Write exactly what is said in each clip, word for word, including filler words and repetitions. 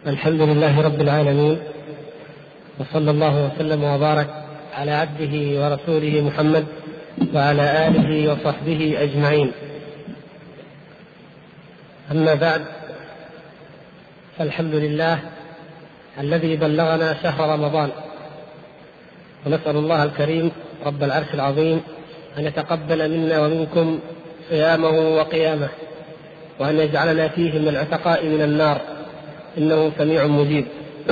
الحمد لله رب العالمين، وصلى الله وسلم وبارك على عبده ورسوله محمد وعلى آله وصحبه أجمعين. أما بعد، فالحمد لله الذي بلغنا شهر رمضان، ونسأل الله الكريم رب العرش العظيم أن يتقبل منا ومنكم صيامه وقيامه، وأن يجعلنا فيه من العتقاء من النار، إنه سميع مجيب.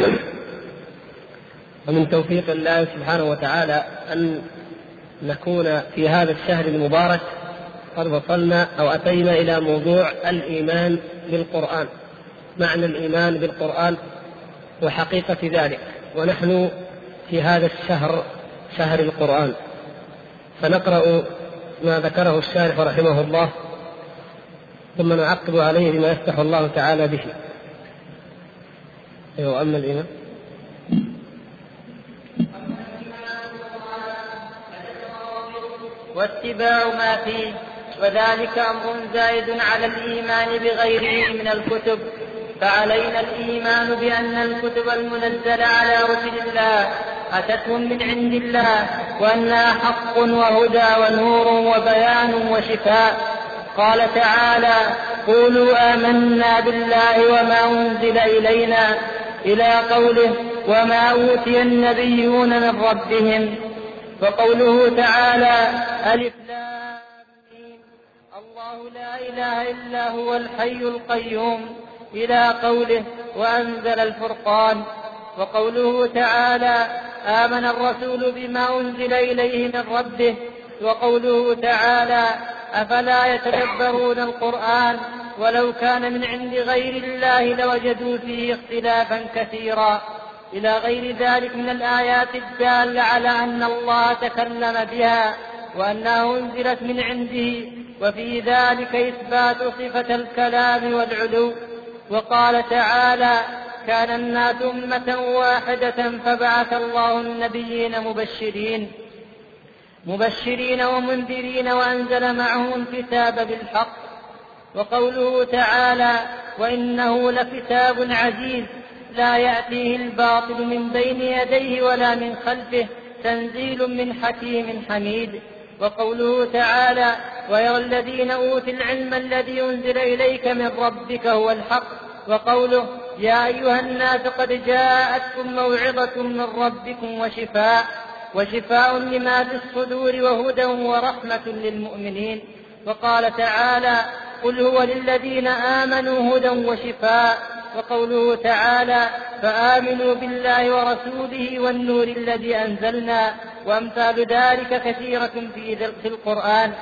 ومن توفيق الله سبحانه وتعالى أن نكون في هذا الشهر المبارك قد وصلنا أو أتينا إلى موضوع الإيمان بالقرآن، معنى الإيمان بالقرآن وحقيقة ذلك. ونحن في هذا الشهر، شهر القرآن، فنقرأ ما ذكره الشارح رحمه الله، ثم نعقب عليه بما يفتح الله تعالى به. أيوة، أما الإيمان واتباع ما فيه، وذلك أمر زائد على الإيمان بغيره من الكتب. فعلينا الإيمان بأن الكتب المنزلة على رسل الله أتتهم من عند الله، وأنها حق وهدى ونور وبيان وشفاء. قال تعالى: قولوا آمنا بالله وما أنزل إلينا، إلى قوله: وما أوتي النبيون من ربهم. وقوله تعالى: ألف لام ميم، الله لا إله إلا هو الحي القيوم، إلى قوله: وأنزل الفرقان. وقوله تعالى: آمن الرسول بما أنزل إليه من ربه. وقوله تعالى: أفلا يتدبرون القرآن ولو كان من عند غير الله لوجدوا فيه اختلافا كثيرا، إلى غير ذلك من الآيات الدالة على أن الله تكلم بها وأنها أنزلت من عنده، وفي ذلك إثبات صفة الكلام والعلو. وقال تعالى: كان الناس أمة واحدة فبعث الله النبيين مبشرين مبشرين ومنذرين وأنزل معهم الكتاب بالحق. وقوله تعالى: وإنه لكتاب عزيز لا يأتيه الباطل من بين يديه ولا من خلفه، تنزيل من حكيم حميد. وقوله تعالى: ويرى الذين أوتوا العلم الذي أنزل إليك من ربك هو الحق. وقوله: يا أيها الناس قد جاءتكم موعظة من ربكم وشفاء وشفاء لما في الصدور وهدى ورحمة للمؤمنين. وقال تعالى: قل هو للذين آمنوا هدى وشفاء. وقوله تعالى: فآمنوا بالله ورسوله والنور الذي أنزلنا. وأمثال ذلك كثيرة في القرآن.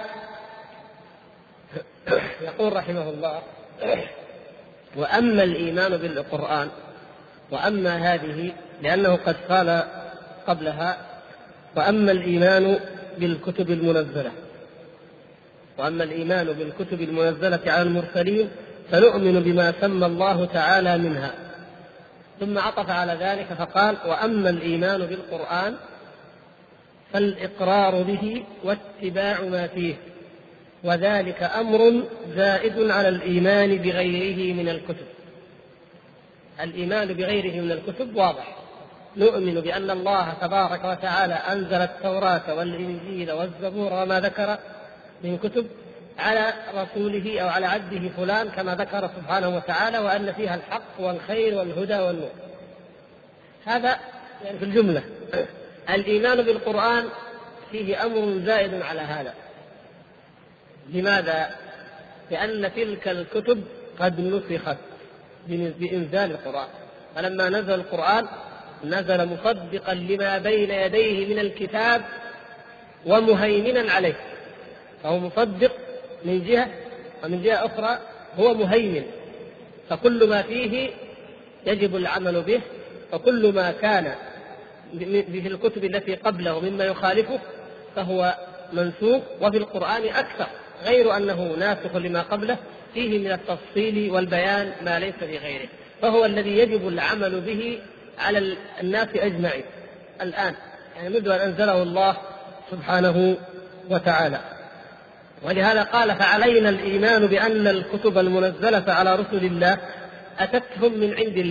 يقول رحمه الله: وأما الإيمان بالقرآن، وأما هذه لأنه قد قال قبلها: وأما الإيمان بالكتب المنزلة، وأما الإيمان بالكتب المنزلة على المرسلين فنؤمن بما سمى الله تعالى منها. ثم عطف على ذلك فقال: وأما الإيمان بالقرآن فالإقرار به واتباع ما فيه، وذلك أمر زائد على الإيمان بغيره من الكتب. الإيمان بغيره من الكتب واضح، نؤمن بأن الله تبارك وتعالى أنزل التوراة والإنجيل والزبور وما ذكر من كتب على رسوله أو على عبده فلان كما ذكر سبحانه وتعالى، وأن فيها الحق والخير والهدى والنور. هذا يعني في الجملة. الإيمان بالقرآن فيه أمر زائد على هذا. لماذا؟ لأن تلك الكتب قد نسخت بإنزال القرآن، فلما نزل القرآن نزل مصدقا لما بين يديه من الكتاب ومهيمنا عليه، فهو مصدق من جهة، ومن جهة أخرى هو مهيمن، فكل ما فيه يجب العمل به، وكل ما كان في الكتب التي قبله مما يخالفه فهو منسوخ. وفي القرآن أكثر، غير أنه ناسخ لما قبله، فيه من التفصيل والبيان ما ليس في غيره، فهو الذي يجب العمل به على الناس أجمعين الآن، يعني منذ أن أنزله الله سبحانه وتعالى. ولهذا قال: فعلينا الإيمان بأن الكتب المنزلة على رسل الله أتتهم من عند الله.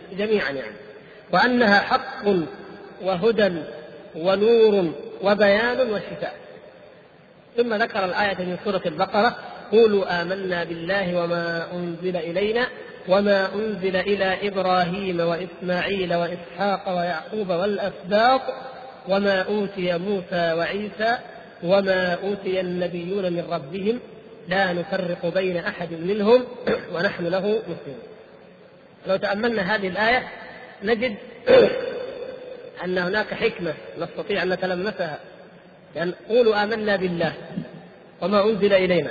جميعا يعني، وأنها حق وهدى ونور وبيان وشفاء. ثم ذكر الآية من سورة البقرة: قولوا آمنا بالله وما أنزل إلينا وما أنزل إلى إبراهيم وإسماعيل وإسحاق ويعقوب والأسباط وما أوتي موسى وعيسى وما أوتي النبيون من ربهم لا نفرق بين أحد منهم ونحن له مسلمون. لو تأملنا هذه الآية نجد أن هناك حكمة نستطيع أن نتلمسها، لأن قولوا آمنا بالله وما أنزل إلينا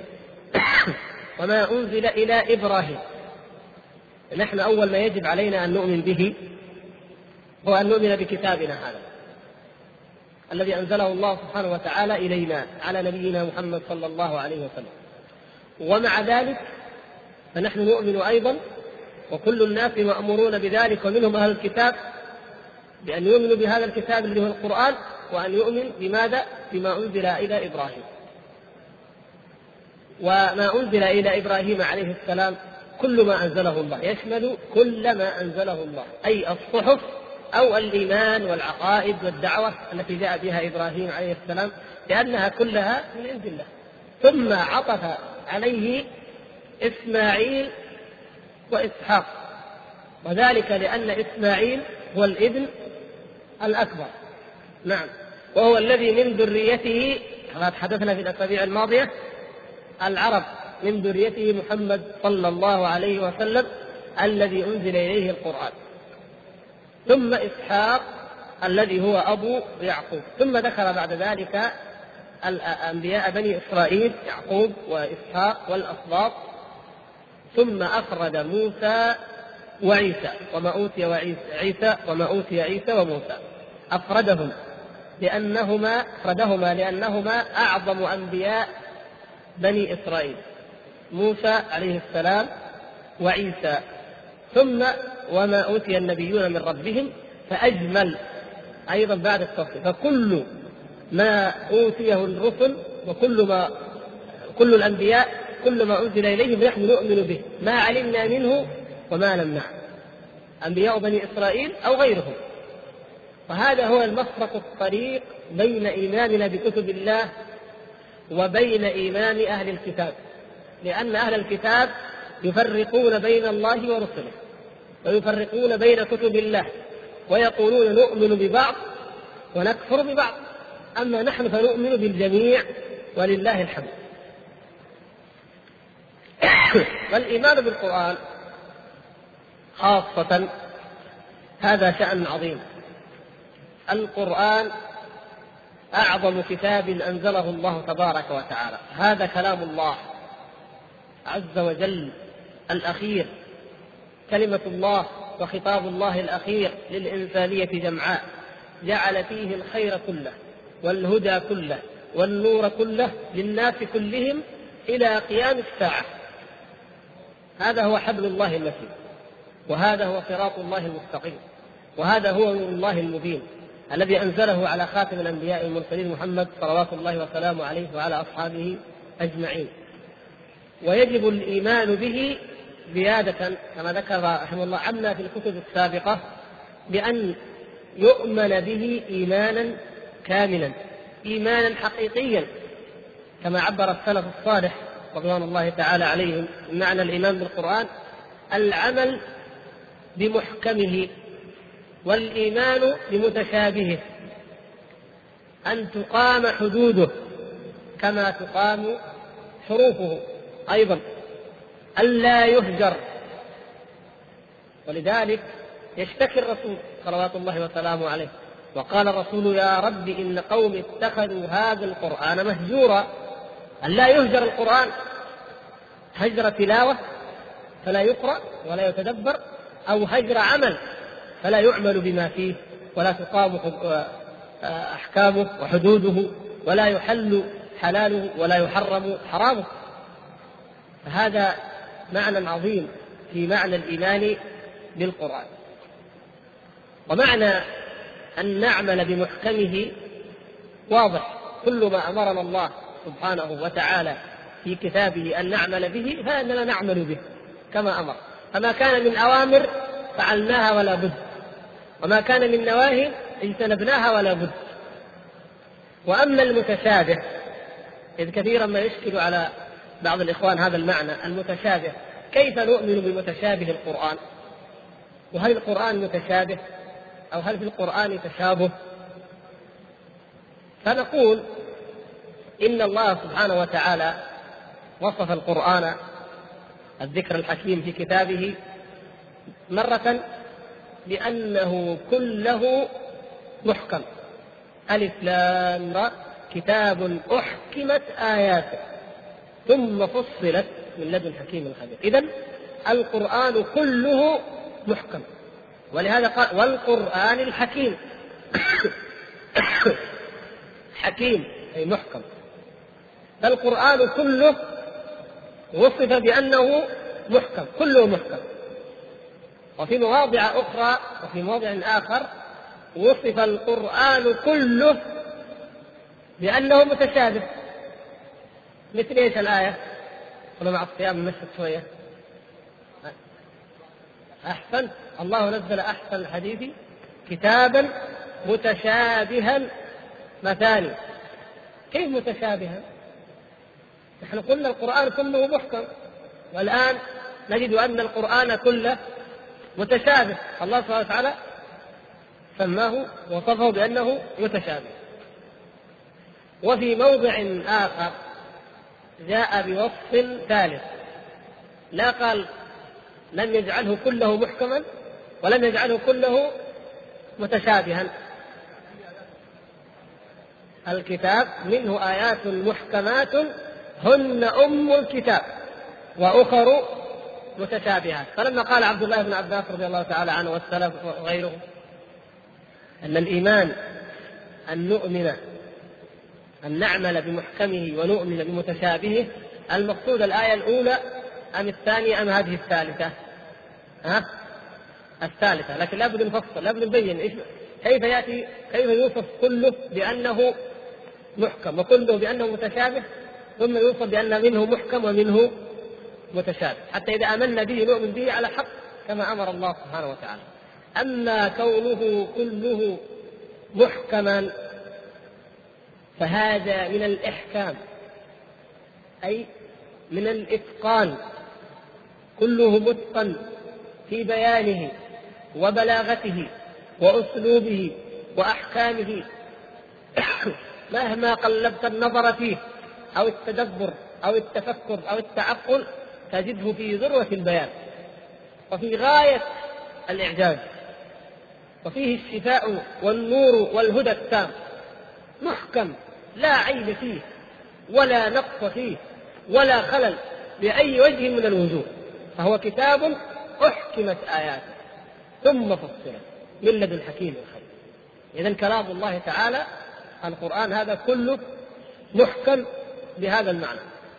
وما أنزل إلى إبراهيم. نحن أول ما يجب علينا أن نؤمن به هو أن نؤمن بكتابنا هذا الذي أنزله الله سبحانه وتعالى إلينا على نبينا محمد صلى الله عليه وسلم. ومع ذلك فنحن نؤمن أيضا، وكل الناس مأمورون بذلك ومنهم أهل الكتاب، بأن يؤمنوا بهذا الكتاب الذي هو القرآن، وأن يؤمن بماذا؟ بما أنزل إلى إبراهيم. وما أنزل إلى إبراهيم عليه السلام كل ما أنزله الله، يشمل كل ما أنزله الله، أي الصحف أو الإيمان والعقائد والدعوة التي جاء بها إبراهيم عليه السلام، لأنها كلها من عند الله. ثم عطف عليه إسماعيل وإسحاق، وذلك لأن إسماعيل هو الابن الأكبر، نعم، وهو الذي من ذريته كما تحدثنا في الأسابيع الماضية العرب، من ذريته محمد صلى الله عليه وسلم الذي أنزل إليه القرآن. ثم إسحاق الذي هو أبو يعقوب. ثم ذكر بعد ذلك الأنبياء بني إسرائيل يعقوب وإسحاق والأسباط. ثم أفرد موسى وعيسى وما أوتي وعيسى وما أوتي عيسى وموسى، أفردهم لأنهما أفردهما لأنهما أعظم أنبياء بني إسرائيل، موسى عليه السلام وعيسى. ثم وما أوتي النبيون من ربهم، فأجمل أيضا بعد التفصيل. فكل ما أوتيه الرسل وكل ما كل الأنبياء كل ما أنزل إليهم نحن نؤمن به، ما علمنا منه وما لم نعلم، أنبياء بني إسرائيل أو غيرهم. وهذا هو المفرق الطريق بين إيماننا بكتب الله وبين إيمان أهل الكتاب، لأن أهل الكتاب يفرقون بين الله ورسله ويفرقون بين كتب الله ويقولون نؤمن ببعض ونكفر ببعض، أما نحن فنؤمن بالجميع ولله الحمد. والإيمان بالقرآن خاصة هذا شأن عظيم. القرآن أعظم كتاب أنزله الله تبارك وتعالى، هذا كلام الله عز وجل الأخير، كلمة الله وخطاب الله الأخير للإنسانية جمعاء، جعل فيه الخير كله والهدى كله والنور كله للناس كلهم إلى قيام الساعة. هذا هو حبل الله المتين، وهذا هو صراط الله المستقيم، وهذا هو نور الله المبين الذي أنزله على خاتم الأنبياء والمرسلين محمد صلوات الله وسلامه عليه وعلى أصحابه أجمعين. ويجب الإيمان به زيادة كما ذكر رحمه الله عنا في الكتب السابقة، بأن يؤمن به إيمانا كاملا، إيمانا حقيقيا، كما عبر السلف الصالح رضوان الله تعالى عليهم معنى الإيمان بالقرآن: العمل بمحكمه والإيمان بمتشابهه، أن تقام حدوده كما تقام حروفه، أيضا ألا يهجر. ولذلك يشتكي الرسول صلوات الله وسلامه عليه، وقال الرسول: يا رب إن قوم اتخذوا هذا القرآن مهجورا. ألا يهجر القرآن هجر تلاوة فلا يقرأ ولا يتدبر، أو هجر عمل فلا يعمل بما فيه ولا تقام أحكامه وحدوده ولا يحل حلاله ولا يحرم حرامه. فهذا معنى عظيم في معنى الإيمان بالقرآن. ومعنى أن نعمل بمحكمه واضح، كل ما أمرنا الله سبحانه وتعالى في كتابه أن نعمل به فإننا نعمل به كما أمر، فما كان من أوامر فعلناها ولا بد، وما كان من نواهي اجتنبناها ولا بد. وأما المتشابه، إذ كثيرا ما يشكل على بعض الإخوان هذا المعنى المتشابه، كيف نؤمن بمتشابه القرآن؟ وهل القرآن متشابه أو هل في القرآن تشابه؟ فنقول إن الله سبحانه وتعالى وصف القرآن الذكر الحكيم في كتابه مرة بأنه كله محكم، ألف لام را كتاب أحكمت آياته ثم فصلت من لدن حكيم خبير. إذن القرآن كله محكم، ولهذا قال والقرآن الحكيم. حكيم أي محكم، فالقرآن كله وصف بأنه محكم، كله محكم. وفي مواضع أخرى وفي موضع آخر وصف القرآن كله بأنه متشابه. مثل ايش الآية؟ قلنا مع الصيام نشرت شوية. أحسن، الله نزل أحسن الحديث كتابا متشابها مثاني. كيف متشابها؟ نحن قلنا القرآن كله محكم، والآن نجد أن القرآن كله متشابه. الله سبحانه وتعالى سماه وصفه بأنه متشابه. وفي موضع آخر جاء بوصف ثالث، لا قال لم يجعله كله محكما ولم يجعله كله متشابها. الكتاب منه آيات محكمات هن أم الكتاب وأخر متشابهات. فلما قال عبد الله بن عباس رضي الله تعالى عنه والسلف وغيره أن الإيمان أن نؤمن أن نعمل بمحكمه ونؤمن بمتشابهه، المقصود الآية الأولى أم الثانية أم هذه الثالثة؟ ها؟ الثالثة. لكن لابد نفصل، لابد نبين إيش كيف يأتي كيف يوصف كله بأنه محكم وكله بأنه متشابه، ثم يوصف بأن منه محكم ومنه متشابه، حتى إذا آمنا به نؤمن به على حق كما أمر الله سبحانه وتعالى. أما كونه كله محكما فهذا من الإحكام، أي من الإتقان، كله متقن في بيانه وبلاغته وأسلوبه وأحكامه. مهما قلبت النظر فيه أو التدبر أو التفكر أو التعقل تجده في ذروة البيان وفي غاية الإعجاز، وفيه الشفاء والنور والهدى التام، محكم لا عيب فيه ولا نقص فيه ولا خلل بأي وجه من الوجوه، فهو كتاب أحكمت آياته ثم فصلت من لدن حكيم خبير. إذن كلام الله تعالى القرآن هذا كله محكم بهذا المعنى.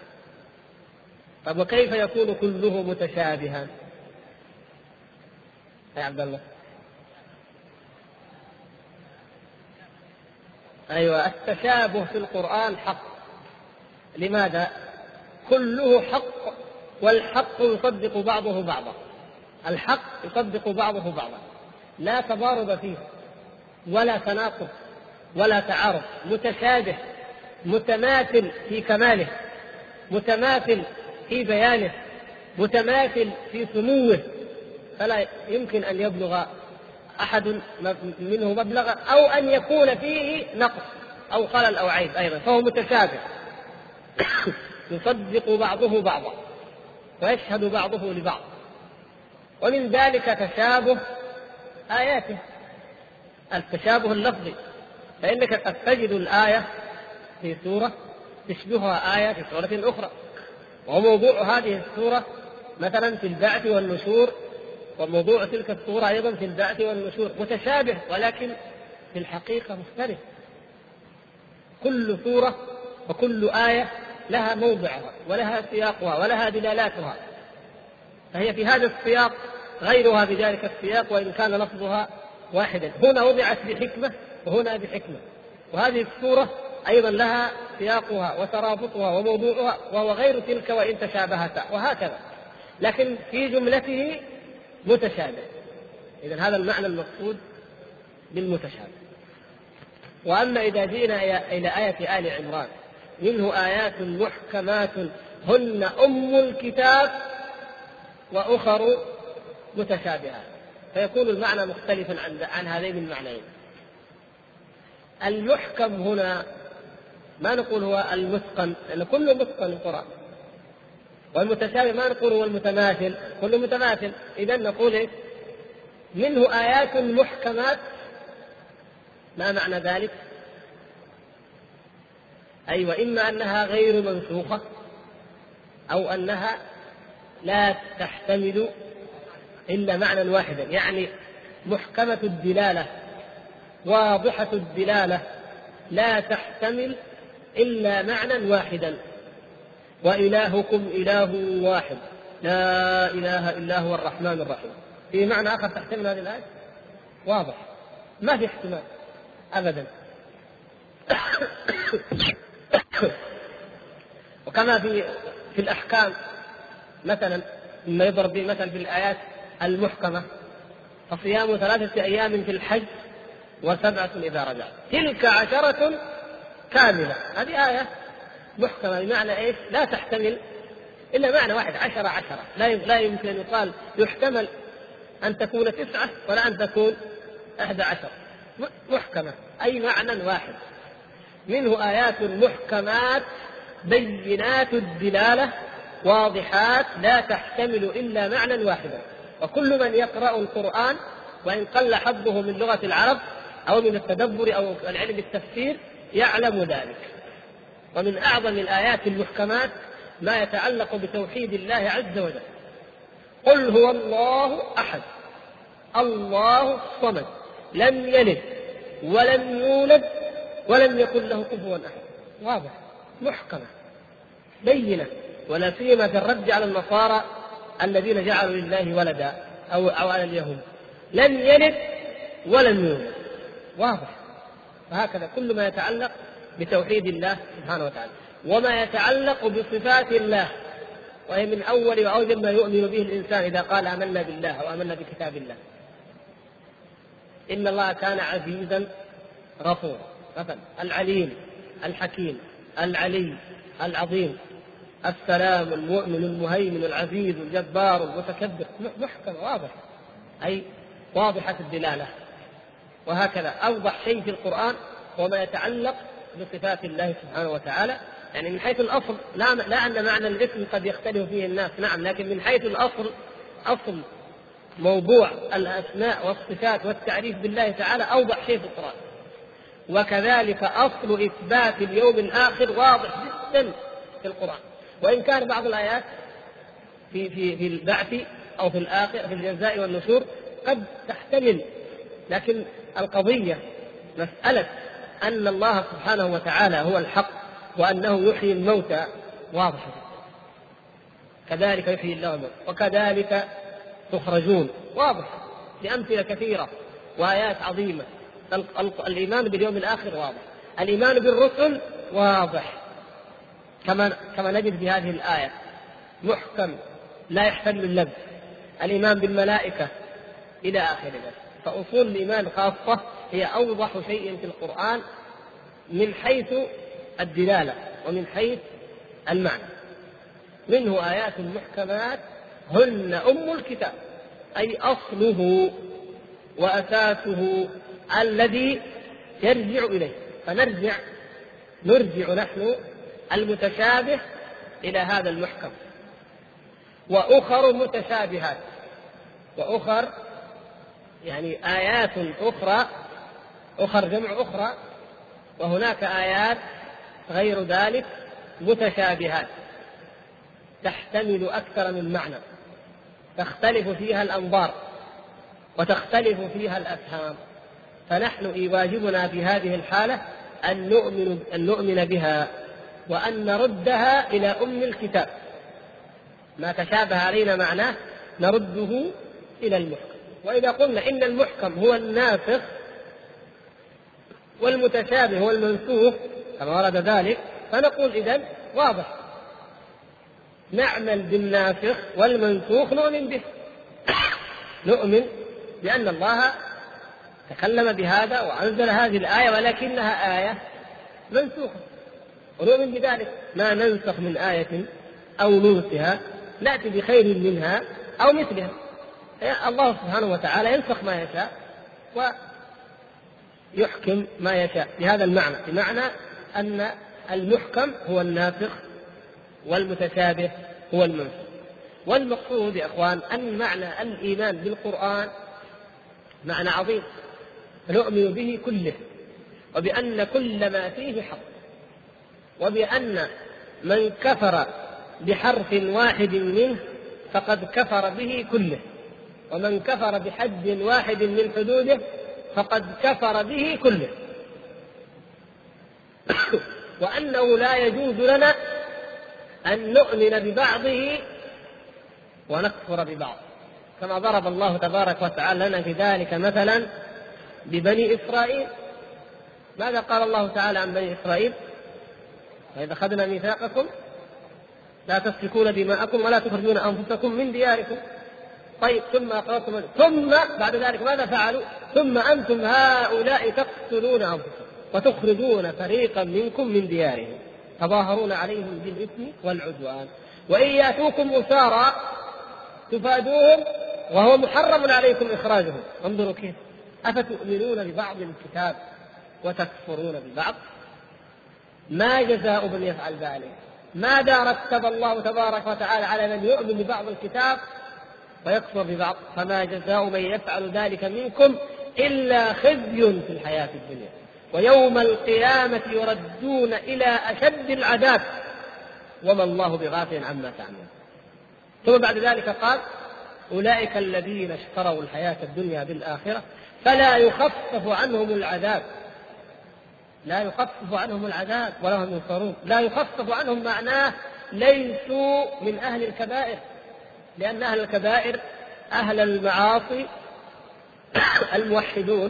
طب وكيف يكون كله متشابها يا عبد الله؟ أيوة، التشابه في القرآن حق. لماذا؟ كله حق، والحق يصدق بعضه بعضا، الحق يصدق بعضه بعضا، لا تضارب فيه ولا تناقض ولا تعارض، متشابه متماثل في كماله، متماثل في بيانه، متماثل في سموه، فلا يمكن أن يبلغ أحد منه مبلغ أو أن يكون فيه نقص أو خلل أو عيب أيضا، فهو متشابه يصدق بعضه بعضا ويشهد بعضه لبعض. ومن ذلك تشابه آياته، التشابه اللفظي، فإنك قد تجد الآية في سورة تشبهها آية في سورة أخرى، وموضوع هذه السورة مثلا في البعث والنشور، وموضوع تلك السورة أيضا في البعث والنشور متشابه، ولكن في الحقيقة مختلف. كل سورة وكل آية لها موضعها ولها سياقها ولها دلالاتها، فهي في هذا السياق غيرها بذلك السياق وإن كان لفظها واحدا، هنا وضعت بحكمة وهنا بحكمة. وهذه السورة أيضا لها سياقها وترابطها وموضوعها وهو غير تلك وإن تشابهتا، وهكذا، لكن في جملته متشابه. إذن هذا المعنى المقصود بالمتشابه. وأما إذا جئنا إلى آية آل عمران منه آيات محكمات هن أم الكتاب وأخر متشابهات، فيكون المعنى مختلفا عن عن هذين المعنيين. المحكم هنا ما نقول هو المتقن، لأن كله متقن القرآن، والمتشابه ما نقول هو المتماثل، كله متماثل. إذن نقول إيه؟ منه آيات محكمات. ما معنى ذلك؟ أيوة، إما أنها غير منسوخة أو أنها لا تحتمل إلا معنى واحدا، يعني محكمة الدلالة واضحة الدلالة لا تحتمل إلا معنى واحدا. وإلهكم إله واحد لا إله إلا هو الرحمن الرحيم، في معنى آخر تحتمل هذه الآية؟ واضح، ما في احتمال أبدا. وكما في في الأحكام مثلا مما يضرب به مثل في الآيات المحكمة فصيام ثلاثة أيام في الحج وسبعة إذا رجعت تلك عشرة كاملة. هذه آية محكمة بمعنى إيش؟ لا تحتمل إلا معنى واحد، عشرة عشرة، لا لا يمكن أن يقال يحتمل أن تكون تسعة ولا أن تكون أحد عشر. محكمة أي معنى واحد. منه آيات محكمات بينات الدلالة واضحات لا تحتمل إلا معنى واحدا. وكل من يقرأ القرآن وإن قل حظه من لغة العرب أو من التدبر أو العلم بالتفسير يعلم ذلك. ومن أعظم الآيات المحكمات ما يتعلق بتوحيد الله عز وجل. قل هو الله أحد الله الصمد لم يلد ولم يولد ولم يكن له كفوا أحد. واضح، محكمة بينة، ولا سيما في الرد على النصارى الذين جعلوا لله ولدا أو أو على اليهود. لم يلد ولم يولد، واضح. فهكذا كل ما يتعلق بتوحيد الله سبحانه وتعالى وما يتعلق بصفات الله، وهي من أول وأوجب ما يؤمن به الإنسان إذا قال آمنا بالله أو آمنا بكتاب الله. إن الله كان عزيزا غفورا مثلا، العليم الحكيم العلي العظيم السلام المؤمن المهيمن العزيز الجبار المتكبر. محكم واضح، أي واضحة الدلالة. وهكذا أوضح شيء في القرآن وما يتعلق بصفات الله سبحانه وتعالى. يعني من حيث الأصل لا, لا أن معنى الاسم قد يختلف فيه الناس، نعم، لكن من حيث الأصل أصل موضوع الأسماء والصفات والتعريف بالله تعالى أوضح شيء في القرآن. وكذلك أصل إثبات اليوم الآخر واضح جدا في القرآن، وإن كان بعض الآيات في في في البعث أو في الآخر في الجزاء والنشور قد تحتمل، لكن القضية مسألة أن الله سبحانه وتعالى هو الحق وأنه يحيي الموتى واضحة. كذلك يحيي الله الموتى وكذلك تخرجون، واضح بأمثلة كثيرة وآيات عظيمة. الإيمان باليوم الآخر واضح، الإيمان بالرسل واضح، كما كما نجد في هذه الآية محكم لا يحتمل اللبس. الإيمان بالملائكة إلى آخر ذلك. فأصول الإيمان خاصة هي أوضح شيء في القرآن من حيث الدلالة ومن حيث المعنى. منه آيات محكمات هن أم الكتاب، أي أصله وأساسه الذي يرجع إليه. فنرجع نرجع نحن المتشابه إلى هذا المحكم. وأخر متشابهات، وأخر يعني آيات أخرى، أخر جمع أخرى، وهناك آيات غير ذلك متشابهات تحتمل أكثر من معنى، تختلف فيها الأنظار وتختلف فيها الأفهام. فنحن واجبنا في هذه الحالة أن نؤمن, أن نؤمن بها وأن نردها إلى أم الكتاب. ما تشابه علينا معناه نرده إلى المحكم. وإذا قلنا إن المحكم هو الناسخ والمتشابه هو المنسوخ كما ورد ذلك، فنقول إذن واضح، نعمل بالناسخ والمنسوخ نؤمن به. نؤمن لأن الله تكلم بهذا وأنزل هذه الآية، ولكنها آية منسوخة، ونؤمن بذلك، ما ننسخ من آية أو ننسها نأتي بخير منها أو مثلها. الله سبحانه وتعالى ينسخ ما يشاء ويحكم ما يشاء بهذا المعنى، بمعنى أن المحكم هو الناسخ والمتشابه هو المنسوخ. والمقصود يا أخوان أن معنى الإيمان بالقرآن معنى عظيم، نؤمن به كله، وبأن كل ما فيه حق، وبأن من كفر بحرف واحد منه فقد كفر به كله، ومن كفر بحد واحد من حدوده فقد كفر به كله، وأنه لا يجوز لنا أن نؤمن ببعضه ونكفر ببعض، كما ضرب الله تبارك وتعالى لنا في ذلك مثلا ببني إسرائيل. ماذا قال الله تعالى عن بني إسرائيل؟ وإذا أخذنا ميثاقكم لا تسفكون دماءكم ولا تخرجون أنفسكم من دياركم. طيب ثم أقررتم، ثم بعد ذلك ماذا فعلوا؟ ثم أنتم هؤلاء تقتلون أنفسكم وتخرجون فريقا منكم من ديارهم تظاهرون عليهم بالإثم والعدوان وإن يأتوكم أسارى تفادوهم وهو محرم عليكم إخراجهم. انظروا كيف، أفتؤمنون ببعض الكتاب وتكفرون ببعض. ما جزاء من يفعل ذلك؟ ماذا رتب الله تبارك وتعالى على من يؤمن ببعض الكتاب ويكفر ببعض؟ فما جزاء من يفعل ذلك منكم إلا خزي في الحياة الدنيا ويوم القيامة يردون إلى أشد العذاب وما الله بغافل عما تعملون. ثم بعد ذلك قال أولئك الذين اشتروا الحياة الدنيا بالآخرة فلا يخفف عنهم العذاب. لا يخفف عنهم العذاب ولا هم ينصرون. لا يخفف عنهم معناه ليسوا من أهل الكبائر، لأن أهل الكبائر أهل المعاصي الموحدون.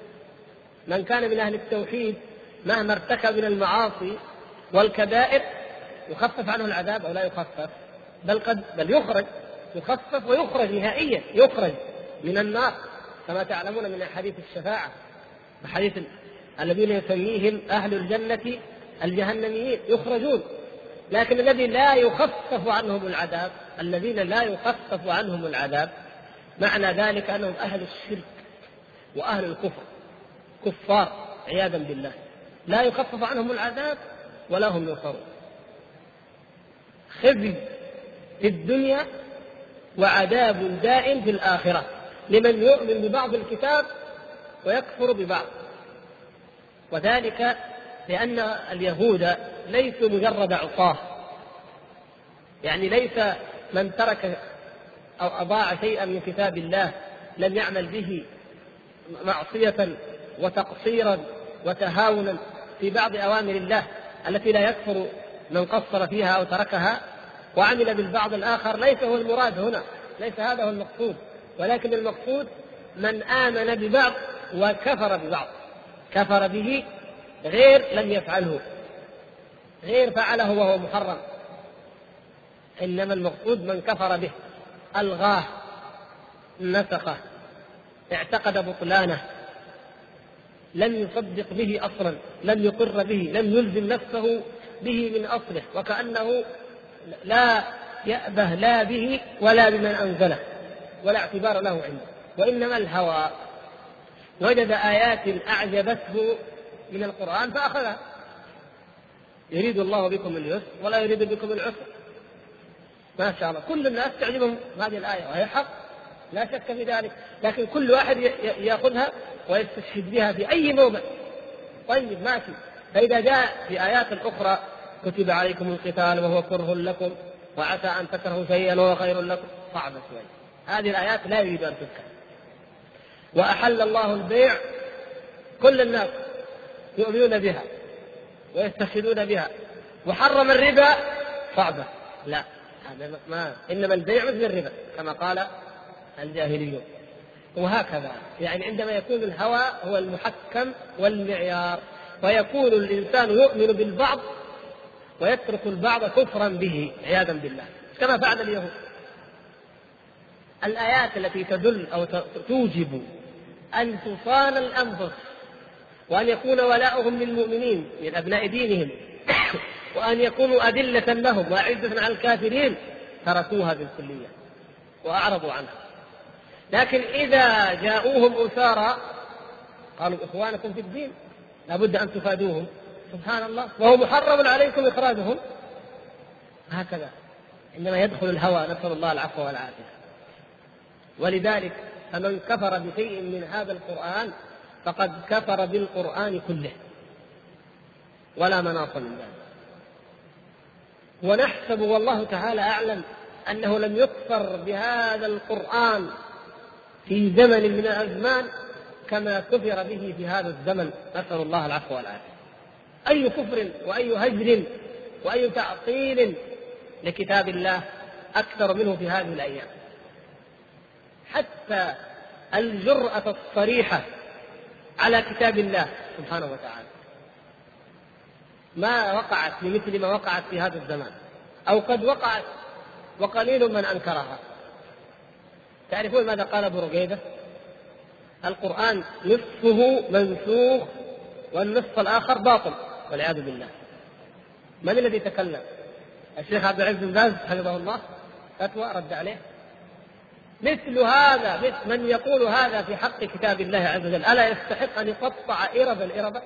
من كان من أهل التوحيد مهما ارتكب من المعاصي والكبائر يخفف عنه العذاب أو لا يخفف؟ بل قد بل يخرج يخفف ويخرج نهائيا، يخرج من النار كما تعلمون من حديث الشفاعة، حديث الذين يسميهم أهل الجنة الجهنميين يخرجون. لكن الذي لا يخفف عنهم العذاب، الذين لا يخفف عنهم العذاب معنى ذلك أنهم أهل الشرك وأهل الكفر، كفار عياذا بالله، لا يخفف عنهم العذاب ولا هم ينصرون. خزي في الدنيا وعذاب دائم في الآخرة لمن يؤمن ببعض الكتاب ويكفر ببعض. وذلك لأن اليهود ليسوا مجرد عصاة، يعني ليس من ترك أو أضاع شيئا من كتاب الله لم يعمل به معصية وتقصيرا وتهاونا في بعض أوامر الله التي لا يكفر من قصر فيها أو تركها وعمل بالبعض الآخر. ليس هو المراد هنا، ليس هذا هو المقصود، ولكن المقصود من آمن ببعض وكفر ببعض، كفر به غير لم يفعله، غير فعله وهو محرم، إنما المقصود من كفر به، ألغاه، نسخه، اعتقد بطلانه، لم يصدق به أصلا، لم يقر به، لم يلزم نفسه به من أصله، وكأنه لا يأبه لا به ولا بمن أنزله ولا اعتبار له عنده، وإنما الهوى وجد آيات أعجبته من القرآن فأخذها. يريد الله بكم اليسر ولا يريد بكم العسر. ما شاء الله كل الناس تعجبهم هذه الآية وهي حق لا شك في ذلك، لكن كل واحد يأخذها ويستشهد بها في أي موضع. طيب ماشي، فإذا جاء في آيات أخرى كتب عليكم القتال وهو كره لكم وعسى أن تكرهوا شيئا وهو خير لكم، صعب شوي. هذه الآيات لا يريد أن تذكر. وأحل الله البيع، كل الناس يؤمنون بها ويستشهدون بها. وحرم الربا، صعبة، لا هذا ما، إنما البيع مثل الربا كما قال الجاهليون. وهكذا يعني عندما يكون الهوى هو المحكم والمعيار، ويكون الإنسان يؤمن بالبعض ويترك البعض كفرا به عياذا بالله كما فعل اليهود. الآيات التي تدل أو توجب أن تصان الأنفس وأن يكون ولاؤهم للمؤمنين من أبناء دينهم وأن يكونوا أذلة لهم وأعزة على الكافرين تركوها بالكلية وأعرضوا عنها. لكن إذا جاءوهم أسارى قالوا إخوانكم في الدين لابد أن تفادوهم، سبحان الله، وهو محرم عليكم إخراجهم. هكذا عندما يدخل الهوى، نسأل الله العفو والعافية. ولذلك فمن كفر بشيء من هذا القرآن فقد كفر بالقرآن كله ولا مناص من ذلك. ونحسب والله تعالى أعلم أنه لم يكفر بهذا القرآن في زمن من الأزمان كما كفر به في هذا الزمن، نسأل الله العفو والعافية. أي كفر وأي هجر وأي تعطيل لكتاب الله أكثر منه في هذه الأيام. حتى الجرأة الصريحة على كتاب الله سبحانه وتعالى ما وقعت لمثل ما وقعت في هذا الزمان، أو قد وقعت وقليل من أنكرها. تعرفون ماذا قال أبو رقيدة؟ القرآن نصفه منسوخ والنصف الآخر باطل والعياذ بالله. من الذي تكلم؟ الشيخ عبد العزيز بن باز حفظه الله، فتوى رد عليه. مثل هذا مثل من يقول هذا في حق كتاب الله عز وجل ألا يستحق أن يقطع إرب الإرب؟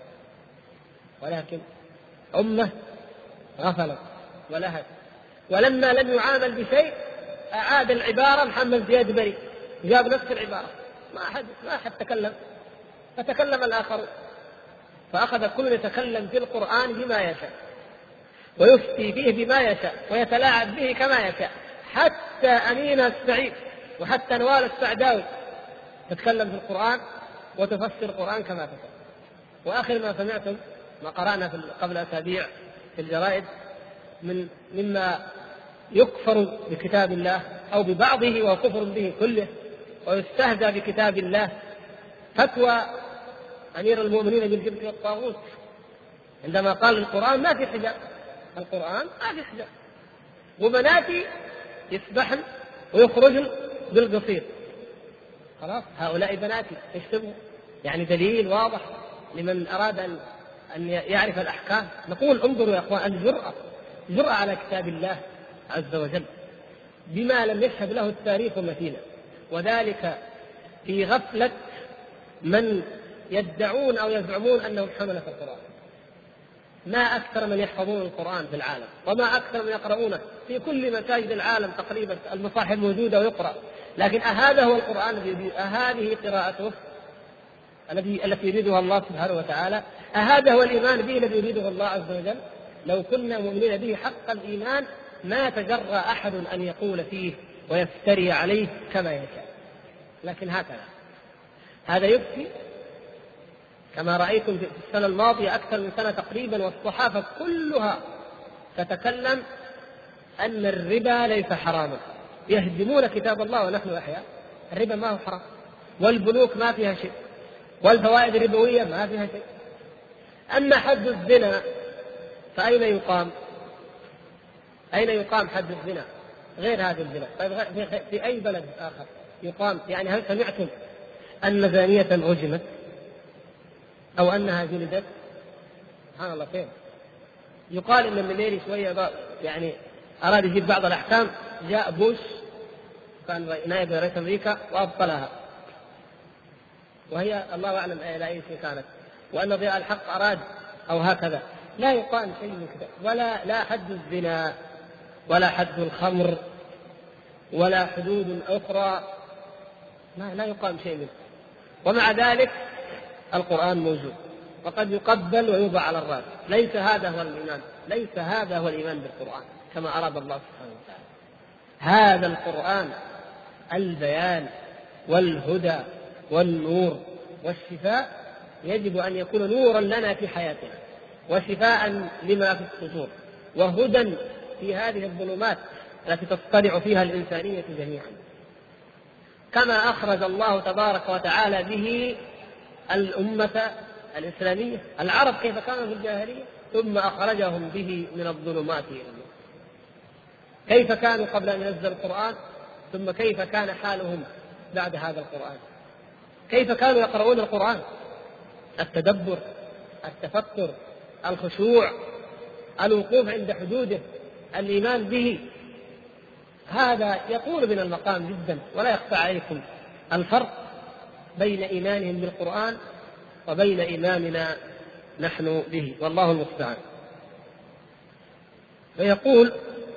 ولكن أمة غفلت ولهت، ولما لم يعامل بشيء أعاد العبارة. محمد زياد بري جاب نفس العبارة، ما أحد ما أحد تكلم، فتكلم الآخر، فأخذ كل يتكلم في القرآن بما يشاء ويفتي فيه بما يشاء ويتلاعب به كما يشاء. حتى أمينة السعيد وحتى نوال السعداوي تتكلم في القرآن وتفسر القرآن كما تفسر. وآخر ما سمعتم ما قرأنا قبل أسابيع في الجرائد من مما يكفر بكتاب الله أو ببعضه وكفر به كله ويستهزأ بكتاب الله، فتوى أمير المؤمنين بالجبت والطاغوت عندما قال القرآن ما في حجاب، القرآن ما في حجاب، وبناتي يسبحن ويخرجن بالقصير. خلاص هؤلاء بناتي يشتبه، يعني دليل واضح لمن أراد أن أن يعرف الأحكام. نقول انظروا يا أخوان الجرأة، جرأة على كتاب الله عز وجل بما لم يشهد له التاريخ مثيلا، وذلك في غفلة من يدعون أو يزعمون أنهم حملة القرآن. ما أكثر من يحفظون القرآن في العالم، وما أكثر من يقرؤونه في كل مساجد العالم تقريبا، المصاحف موجودة ويقرأ، لكن أهذا هو القرآن الذي أهذه قراءته التي التي يريدها الله سبحانه وتعالى؟ أهذا هو الإيمان به الذي يريده الله عز وجل؟ لو كنا مؤمنين به حق الإيمان ما تجرأ أحد أن يقول فيه ويفتري عليه كما يشاء. لكن هكذا هذا يكفي كما رأيتم في السنة الماضية أكثر من سنة تقريبا، والصحافة كلها تتكلم أن الربا ليس حراما، يهدمون كتاب الله ونحن أحياء. الربا ما هو حرام، والبنوك ما فيها شيء، والفوائد الربوية ما فيها شيء. أما حد الزنا فأين يقام؟ أين يقام حد الزنا غير هذا الزنا؟ طيب في أي بلد آخر يقام؟ يعني هل سمعتم أن زانية رجمت أو أنها جلدت؟ سبحان الله. فين؟ يقال إن المليري شوية يعني أراد يجيب بعض الأحكام، جاء بوش كان نائب رئيس أمريكا وأبطلها، وهي الله أعلم إلى أي شيء كانت، وأن ضياء الحق أراد أو هكذا. لا يقام شيء من كذا، ولا لا حد الزنا ولا حد الخمر ولا حدود أخرى، لا, لا يقام شيء منه. ومع ذلك القرآن موجود وقد يقبل ويوضع على الرأس. ليس هذا هو الإيمان، ليس هذا هو الإيمان بالقرآن كما أراد الله سبحانه وتعالى. هذا القرآن البيان والهدى والنور والشفاء، يجب أن يكون نورا لنا في حياتنا وشفاء لما في الصدور وهدى في هذه الظلمات التي تضطرع فيها الإنسانية جميعا، كما أخرج الله تبارك وتعالى به الأمة الإسلامية. العرب كيف كانوا في الجاهلية ثم أخرجهم به من الظلمات إلى النور. كيف كانوا قبل أن ينزل القرآن؟ ثم كيف كان حالهم بعد هذا القرآن؟ كيف كانوا يقرؤون القرآن؟ التدبر، التفكر، الخشوع، الوقوف عند حدوده، الإيمان به. هذا يطول من المقام جدا، ولا يخفى عليكم الفرق بين إيمانهم بالقرآن وبين إيماننا نحن به، والله المستعان. ويقول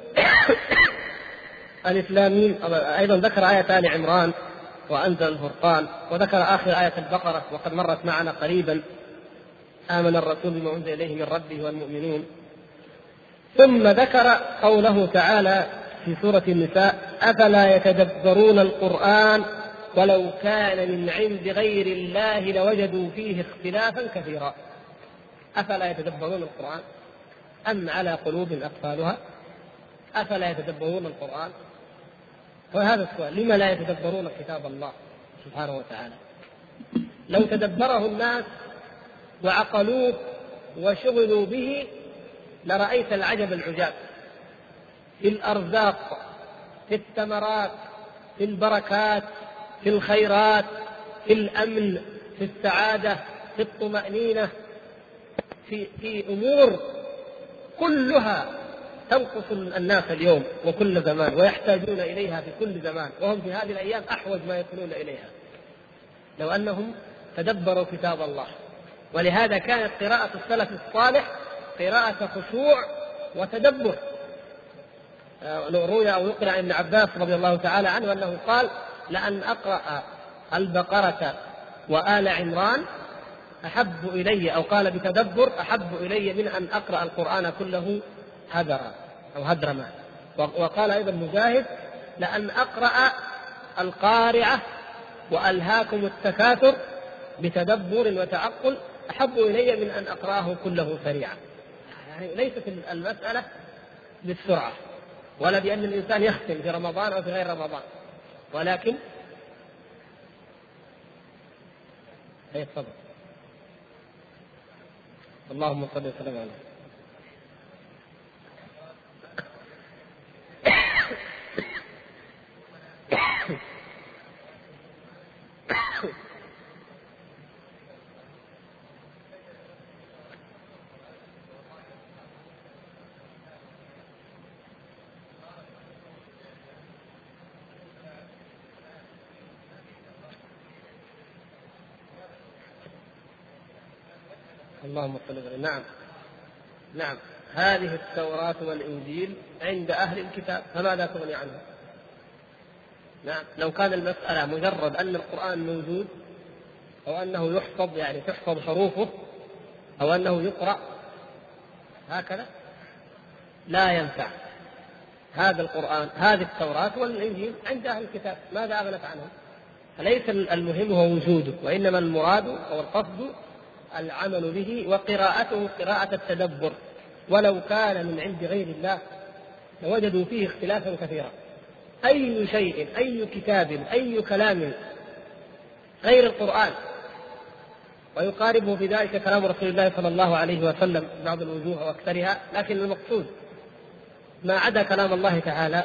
الإسلاميين أيضا، ذكر آية آل عمران وأنزل الفرقان، وذكر آخر آية البقرة وقد مرت معنا قريبا، آمن الرسول بما أنزل إليه من ربه والمؤمنون. ثم ذكر قوله تعالى في سورة النساء: أفلا يتدبرون القرآن ولو كان من عند غير الله لوجدوا فيه اختلافا كثيرا. أفلا يتدبرون القرآن أم على قلوب أقفالها؟ أفلا يتدبرون القرآن؟ وهذا السؤال: لما لا يتدبرون كتاب الله سبحانه وتعالى؟ لو تدبره الناس وعقلوه وشغلوا به لرأيت العجب العجاب في الأرزاق، في الثمرات، في البركات، في الخيرات، في الأمن، في السعادة، في الطمأنينة، في, في أمور كلها تنقص الناس اليوم وكل زمان، ويحتاجون إليها في كل زمان، وهم في هذه الأيام أحوج ما يكونون إليها لو أنهم تدبروا كتاب الله. ولهذا كانت قراءة السلف الصالح قراءة خشوع وتدبر. روي أو يقرأ عن ابن عباس رضي الله تعالى عنه أنه قال: لأن أقرأ البقرة وآل عمران أحب إلي، أو قال بتدبر: أحب إلي من أن أقرأ القرآن كله هدرا أو هدرما. وقال أيضا مجاهد: لأن أقرأ القارعة وألهاكم التكاثر بتدبر وتعقل أحب إلي من أن أقرأه كله سريعا. يعني ليست المسألة بالسرعة ولا بأن الإنسان يختم في رمضان أو في غير رمضان، ولكن يتفضل. اللهم صل وسلم عليه. اللهم صل وسلم. نعم نعم هذه التوراة والإنجيل عند أهل الكتاب، فماذا تغني عنه؟ نعم لو كان المسألة مجرد أن القرآن موجود أو أنه يحفظ، يعني تحفظ حروفه، أو أنه يقرأ هكذا، لا ينفع. هذا القرآن، هذه التوراة والإنجيل عند أهل الكتاب، ماذا أغنت عنهم؟ فليس المهم هو وجوده، وإنما المراد أو القصد العمل به وقراءته قراءة التدبر. ولو كان من عند غير الله لوجدوا فيه اختلافا كثيرا. أي شيء، أي كتاب، أي كلام غير القرآن، ويقاربه في ذلك كلام رسول الله صلى الله عليه وسلم بعض الوجوه وأكثرها، لكن المقصود ما عدا كلام الله تعالى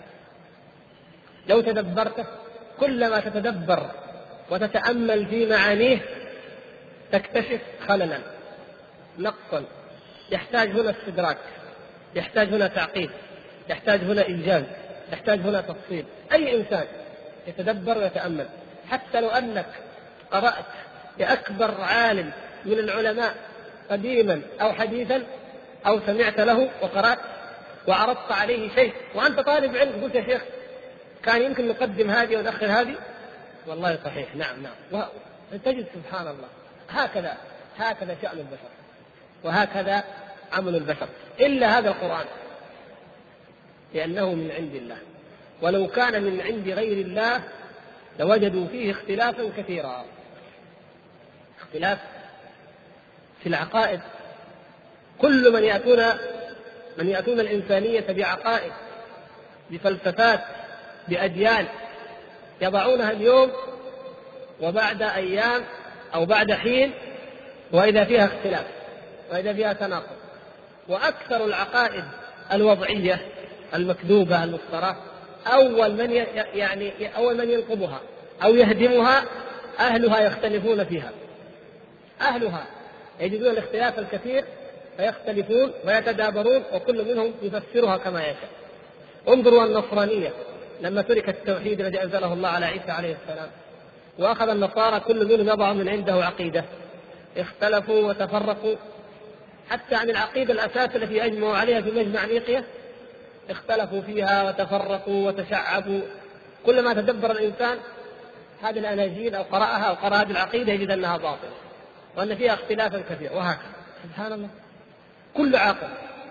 لو تدبرته، كلما تتدبر وتتأمل في معانيه تكتشف خللا، نقصا، يحتاج هنا استدراك، يحتاج هنا تعقيد، يحتاج هنا إنجاز، يحتاج هنا تفصيل. أي إنسان يتدبر ويتأمل، حتى لو أنك قرأت لأكبر عالم من العلماء قديما أو حديثا، أو سمعت له وقرأت وعرضت عليه شيء وأنت طالب علم، قلت يا شيخ كان يمكن نقدم هذه ونأخر هذه، والله صحيح، نعم نعم، وتجد سبحان الله. هكذا هكذا شأن البشر، وهكذا عمل البشر، إلا هذا القرآن لأنه من عند الله. ولو كان من عند غير الله لوجدوا فيه اختلافا كثيرا. اختلاف في العقائد، كل من يأتون من يأتون الإنسانية بعقائد، بفلسفات، بأديان، يضعونها اليوم وبعد أيام أو بعد حين وإذا فيها اختلاف وإذا فيها تناقض. وأكثر العقائد الوضعية المكذوبة المفترى أول من يعني أول من ينقضها أو يهدمها أهلها يختلفون فيها. أهلها يجدون الاختلاف الكثير فيختلفون ويتدابرون وكل منهم يفسرها كما يشاء. انظروا النصرانية لما ترك التوحيد الذي أنزله الله على عيسى عليه السلام، وأخذ النصارى كل منهم يضع من عنده عقيدة، اختلفوا وتفرقوا حتى عن العقيدة الأساس التي أجمعوا عليها في مجمع نيقية، اختلفوا فيها وتفرقوا وتشعبوا. كلما تدبر الإنسان هذه الأناجيل أو قرأها أو قرأ هذه العقيدة يجد أنها باطلة وأن فيها اختلافا كثيرا، وهكذا. سبحان الله، كل عاقل.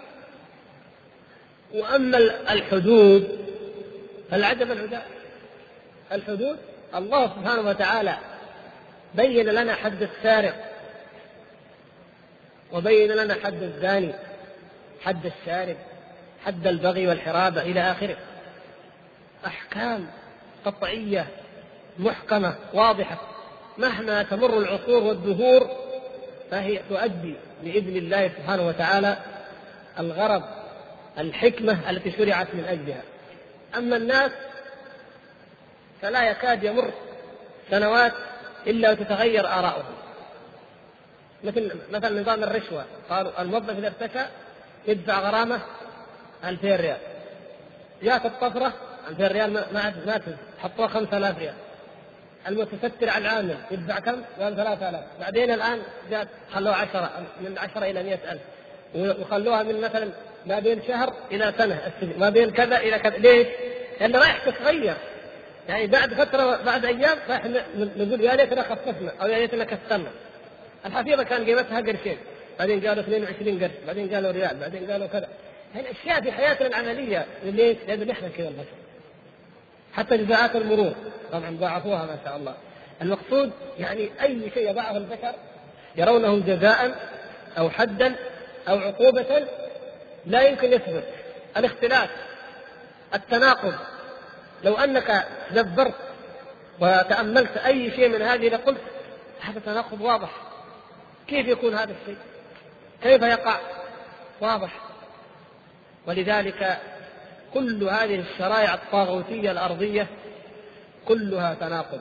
وأما الحدود فالعجب العجاب. الحدود الله سبحانه وتعالى بين لنا حد السارق، وبين لنا حد الزاني، حد الشارب، حد البغي والحرابة إلى آخره. أحكام قطعية محكمة واضحة، مهما تمر العصور والدهور فهي تؤدي بإذن الله سبحانه وتعالى الغرض، الحكمة التي شرعت من أجلها. أما الناس فلا يكاد يمر سنوات إلا وتتغير آراؤهم. مثل مثل نظام الرشوة، قالوا الموظف إذا ارتشى يدفع غرامة ألفين ريال، جاءت الطفرة ألفين ريال ما ما حطوها خمسة آلاف ريال. المتستر على العامل يدفع كم؟ قال ثلاثة آلاف. بعدين الآن جاءت خلوها عشرة، من عشرة إلى مئة ألف، وخلوها من مثلا ما بين شهر إلى سنة السجن، ما بين كذا إلى كذا. ليش؟ لأن رايح تتغير. يعني بعد فترة بعد أيام راح نقول يا ليتنا خففنا أو يا ليتنا كسرنا. الحفيظة كان قيمتها قرشين، بعدين قالوا اثنين وعشرين قرش، بعدين قالوا ريال، بعدين قالوا كذا. هذه الأشياء في حياتنا العملية. ليش؟ لأن نحن كذا البشر. حتى جزاءات المرور طبعا ضاعفوها ما شاء الله. المقصود يعني أي شيء يضعه البشر يرونه جزاء أو حدا أو عقوبة لا يمكن يثبت. الاختلاف، التناقض، لو أنك دبرت وتأملت أي شيء من هذه لقلت هذا تناقض واضح. كيف يكون هذا الشيء؟ كيف يقع؟ واضح. ولذلك كل هذه الشرائع الطاغوتية الأرضية كلها تناقض،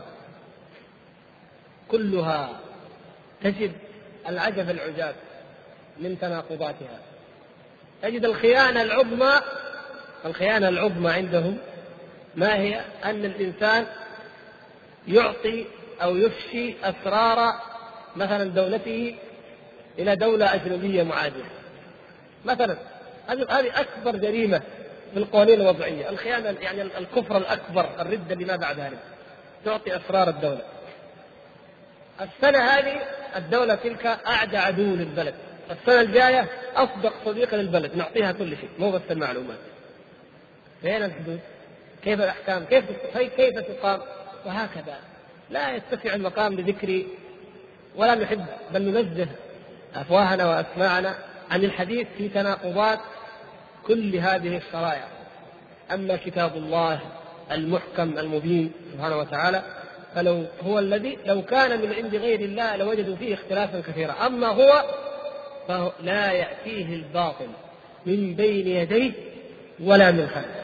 كلها تجد العجب العجاب من تناقضاتها. تجد الخيانة العظمى، الخيانة العظمى عندهم ما هي؟ أن الإنسان يعطي أو يفشي أسرار مثلا دولته إلى دولة أجنبية معادية مثلا. هذه أكبر جريمة في القوانين الوضعية، الخيانة، يعني الكفر الأكبر، الردة لما بعد ذلك. تعطي أسرار الدولة. السنة هذه الدولة تلك أعدى عدو للبلد، السنة الجاية أصدق صديق للبلد، نعطيها كل شيء مو بس المعلومات. فين الحدود؟ كيف الأحكام؟ كيف كيف تقام؟ وهكذا. لا يتسع المقام لذكر ولا نحب بل ننزه أفواهنا وأسماعنا عن الحديث في تناقضات كل هذه الشرائع. أما كتاب الله المحكم المبين سبحانه وتعالى فلو هو الذي لو كان من عند غير الله لوجدوا فيه اختلافا كثيرا. أما هو فلا يأتيه الباطل من بين يديه ولا من خلفه.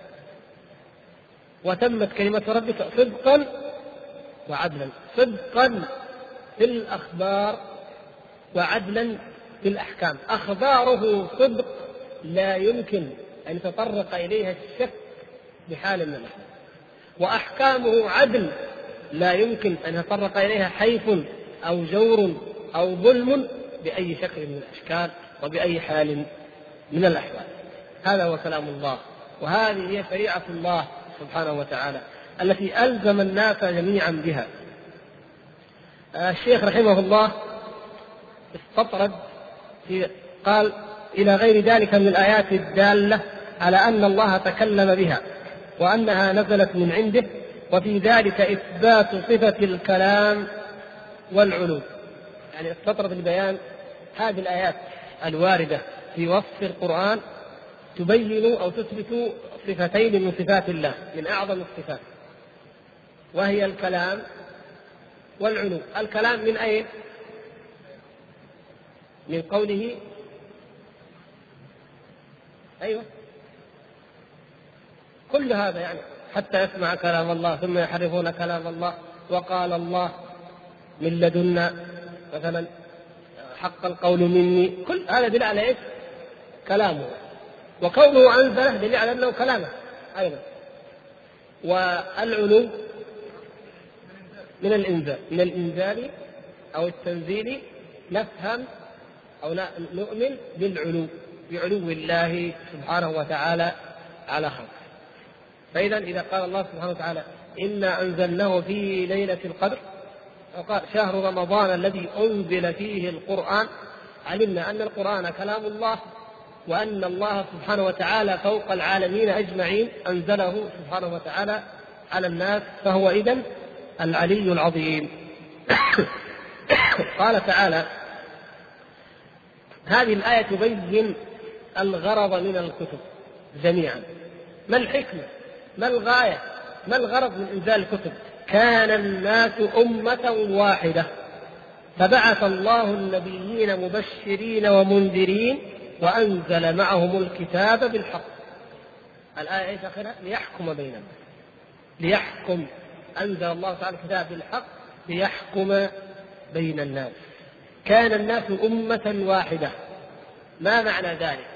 وتمت كلمة ربك صدقا وعدلا، صدقا في الأخبار وعدلا في الأحكام. أخباره صدق لا يمكن أن يتطرق إليها الشك بحال من الأحوال، وأحكامه عدل لا يمكن أن يتطرق إليها حيف أو جور أو ظلم بأي شكل من الأشكال وبأي حال من الأحوال. هذا هو كلام الله، وهذه هي شريعة الله سبحانه وتعالى التي ألزم الناس جميعا بها. الشيخ رحمه الله استطرد في قال إلى غير ذلك من الآيات الدالة على أن الله تكلم بها وأنها نزلت من عنده، وفي ذلك إثبات صفة الكلام والعلو. يعني استطرد البيان هذه الآيات الواردة في وصف القرآن تبين أو تثبت صفتين من صفات الله من أعظم الصفات، وهي الكلام والعلو. الكلام من أين؟ من قوله أيوة كل هذا يعني حتى يسمع كلام الله ثم يحرفون كلام الله. وقال الله من لدنا مثلا حق القول مني، كل هذا دليل على ايش؟ كلامه. وكونه انزله دليل على انه كلامه ايضا. والعلو من الانزال، من الانزال او التنزيل نفهم او نؤمن بالعلو، بعلو الله سبحانه وتعالى على خلقه. فاذا اذا قال الله سبحانه وتعالى انا انزلناه في ليله القدر، وقال شهر رمضان الذي انزل فيه القران، علمنا ان القران كلام الله، وان الله سبحانه وتعالى فوق العالمين اجمعين انزله سبحانه وتعالى على الناس، فهو اذن العلي العظيم. قال تعالى هذه الآية تبين الغرض من الكتب جميعا. ما الحكمة؟ ما الغاية؟ ما الغرض من إنزال الكتب؟ كان الناس أمة واحدة فبعث الله النبيين مبشرين ومنذرين وأنزل معهم الكتاب بالحق. الآية إيش آخرها؟ ليحكم بينهم. ليحكم، أنزل الله تعالى الكتاب بالحق ليحكم بين الناس. كان الناس أمة واحدة. ما معنى ذلك؟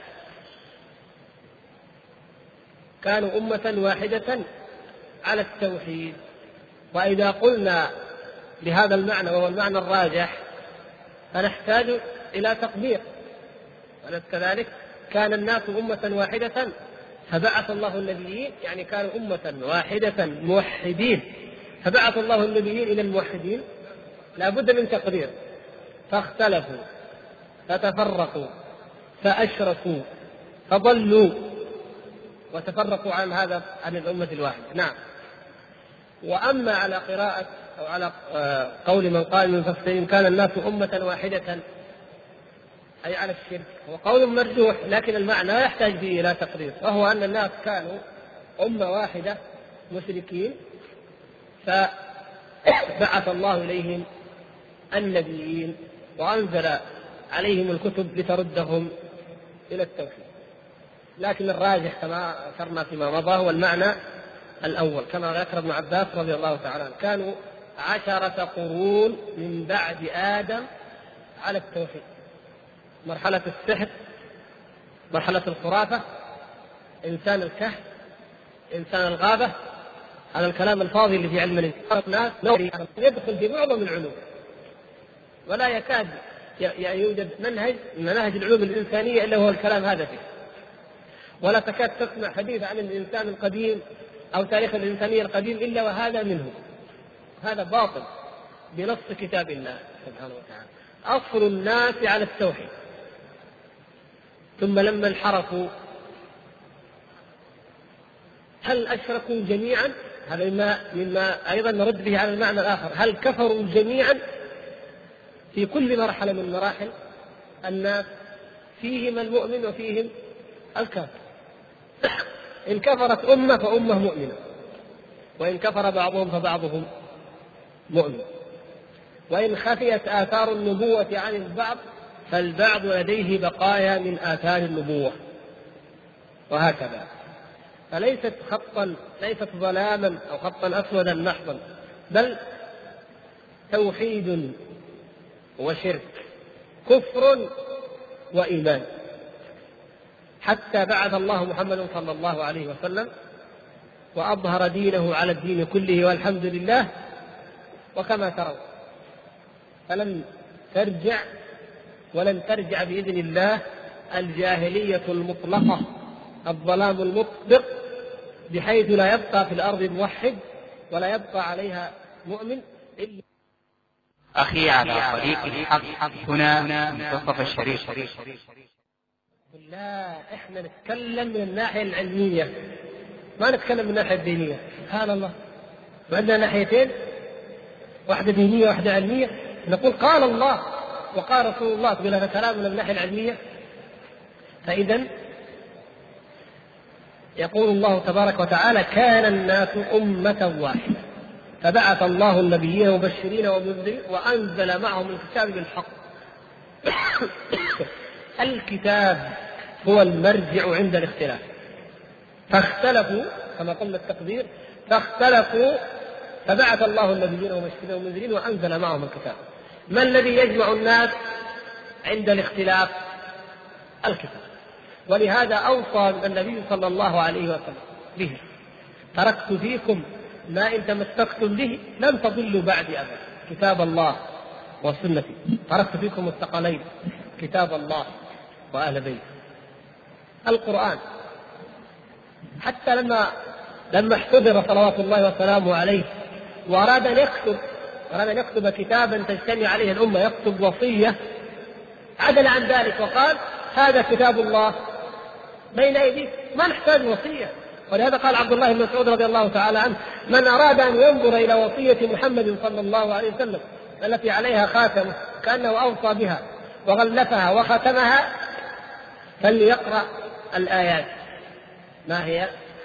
كانوا أمة واحدة على التوحيد. وإذا قلنا بهذا المعنى وهو المعنى الراجح فنحتاج إلى تطبيق. أليس كذلك؟ كان الناس أمة واحدة فبعث الله النبيين، يعني كانوا أمة واحدة موحدين فبعث الله النبيين إلى الموحدين، لا بد من تقرير. فاختلفوا فتفرقوا فأشركوا فضلوا وتفرقوا عن هذا عن الأمة الواحدة. نعم. وأما على قراءة أو على قول من قال من المفسرين كان الناس أمة واحدة أي على الشرك، هو قول مرجوح، لكن المعنى يحتاج به إلى تقرير، وهو أن الناس كانوا أمة واحدة مشركين فبعث الله إليهم النبيين وأنزل عليهم الكتب لتردهم إلى التوحيد. لكن الراجح كما ذكرنا فيما مضى هو المعنى الأول، كما ذكر ابن عباس رضي الله تعالى عنه كانوا عشرة قرون من بعد آدم على التوحيد. مرحلة السحر، مرحلة الخرافة، إنسان الكهف، إنسان الغابة، هذا الكلام الفاضي اللي في علم الناس يدخل في معظم العلوم، ولا يكاد يوجد منهج من مناهج العلوم الإنسانية إلا هو الكلام هذا فيه. ولا تكاد تسمع حديث عن الإنسان القديم أو تاريخ الإنسانية القديم إلا وهذا منه. هذا باطل بنص كتاب الله سبحانه وتعالى. أصل الناس على التوحيد، ثم لما انحرفوا هل أشركوا جميعا؟ هذا مما, مما أيضا نرد به على المعنى الآخر، هل كفروا جميعا؟ في كل مرحلة من مراحل الناس فيهم المؤمن وفيهم الكافر. إن كفرت أمة فأمة مؤمنة، وإن كفر بعضهم فبعضهم مؤمن، وإن خفيت آثار النبوة عن البعض فالبعض لديه بقايا من آثار النبوة، وهكذا. فليست خطا، ليست ظلاما أو خطا أسودا محضا، بل توحيد وشرك، كفر وإيمان، حتى بعث الله محمد صلى الله عليه وسلم وأظهر دينه على الدين كله والحمد لله. وكما ترون فلن ترجع ولن ترجع بإذن الله الجاهلية المطلقة، الظلام المطبق، بحيث لا يبقى في الأرض موحد ولا يبقى عليها مؤمن إلا. أخي على طريق الحق هنا منتصف الشريف. لا، إحنا نتكلم من الناحية العلمية، ما نتكلم من الناحية الدينية. سبحان الله، وعندنا ناحيتين، واحدة دينية واحدة علمية. نقول قال الله وقال رسول الله، تقول هذا كلام من الناحية العلمية. فإذا يقول الله تبارك وتعالى كان الناس أمة واحدة فبعث الله النبيين مبشرين ومنذرين وأنزل معهم الكتاب بالحق. الكتاب هو المرجع عند الاختلاف، فاختلفوا كما قلنا التقدير، فاختلفوا فبعث الله النبيين ومبشرين ومنذرين وأنزل معهم الكتاب. ما الذي يجمع الناس عند الاختلاف؟ الكتاب. ولهذا أوصى النبي صلى الله عليه وسلم به: تركت فيكم ما إن تمسكتم به لن تضلوا بعد أبدا، كتاب الله وسنتي. تركت فيكم الثقلين، كتاب الله وأهل بيته. القرآن حتى لما لما احتضر صلوات الله وسلامه عليه وأراد أن يكتب أراد أن يكتب كتابا تجتمع عليه الأمة، يكتب وصية، عدل عن ذلك وقال: هذا كتاب الله بين أيديكم، ما نحتاج وصية. ولهذا قال عبد الله بن مسعود رضي الله تعالى عنه: من أراد أن ينظر إلى وصية محمد صلى الله عليه وسلم التي عليها خاتمه كأنه أوصى بها وغلفها وختمها فليقرأ الآيات. ما هي؟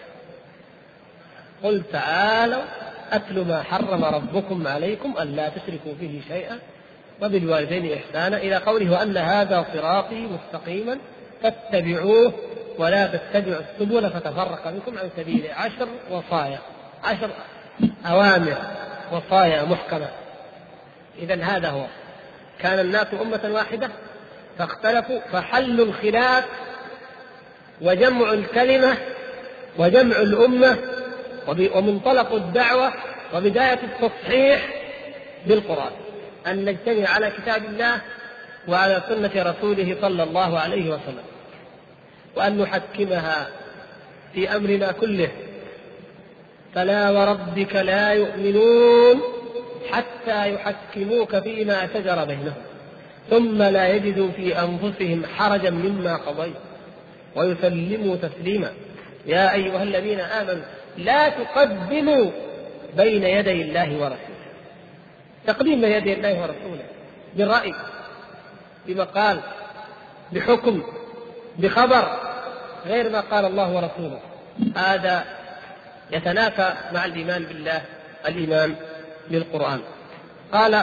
قل تعالوا أتل ما حرم ربكم عليكم ألا تشركوا به شيئا وبالوالدين إحسانا إلى قوله: وأن هذا صراطي مستقيما فاتبعوه ولا تتبعوا السبل فتفرق بكم عن سبيله. عشر وصايا، عشر أوامر، وصايا محكمة. إذن هذا هو. كان الناس أمة واحدة فاختلفوا، فحلوا الخلاف وجمع الكلمة وجمع الأمة ومنطلق الدعوة وبداية التصحيح بالقرآن، أن نجتمع على كتاب الله وعلى سنة رسوله صلى الله عليه وسلم، وأن نحكمها في أمرنا كله. فلا وربك لا يؤمنون حتى يحكموك فيما شجر بينهم ثم لا يجدوا في أنفسهم حرجا مما قضيت ويسلموا تسليما. يا أيها الذين آمنوا لا تقدموا بين يدي الله ورسوله. تقديم بين يدي الله ورسوله بالرأي، بمقال، بحكم، بخبر، غير ما قال الله ورسوله، هذا يتنافى مع الإيمان بالله، الإيمان بالقرآن. قال: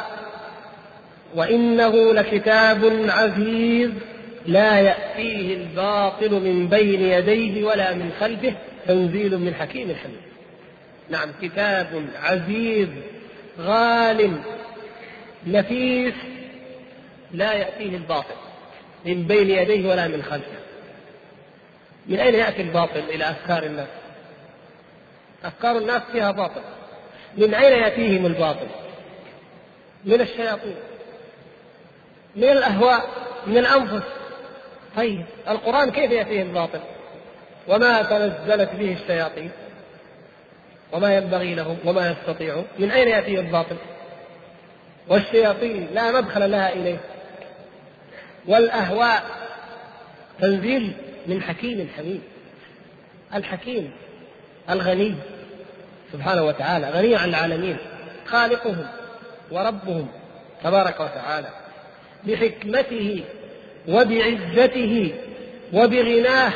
وإنه لكتاب عزيز لا يأتيه الباطل من بين يديه ولا من خلفه تنزيل من حكيم حميد. نعم، كتاب عزيز غال نفيس لا يأتيه الباطل من بين يديه ولا من خلفه. من أين يأتي الباطل إلى أفكار الناس؟ أفكار الناس فيها باطل. من أين يأتيهم الباطل؟ من الشياطين، من الأهواء، من الأنفس. طيب القرآن كيف يأتيه الباطل؟ وما تنزلت به الشياطين وما ينبغي لهم وما يستطيعون. من أين يأتيه الباطل؟ والشياطين لا مدخل لها إليه. والأهواء تنزيل من حكيم حميد. الحكيم الغني سبحانه وتعالى، غني عن العالمين، خالقهم وربهم تبارك وتعالى، بحكمته وبعزته وبغناه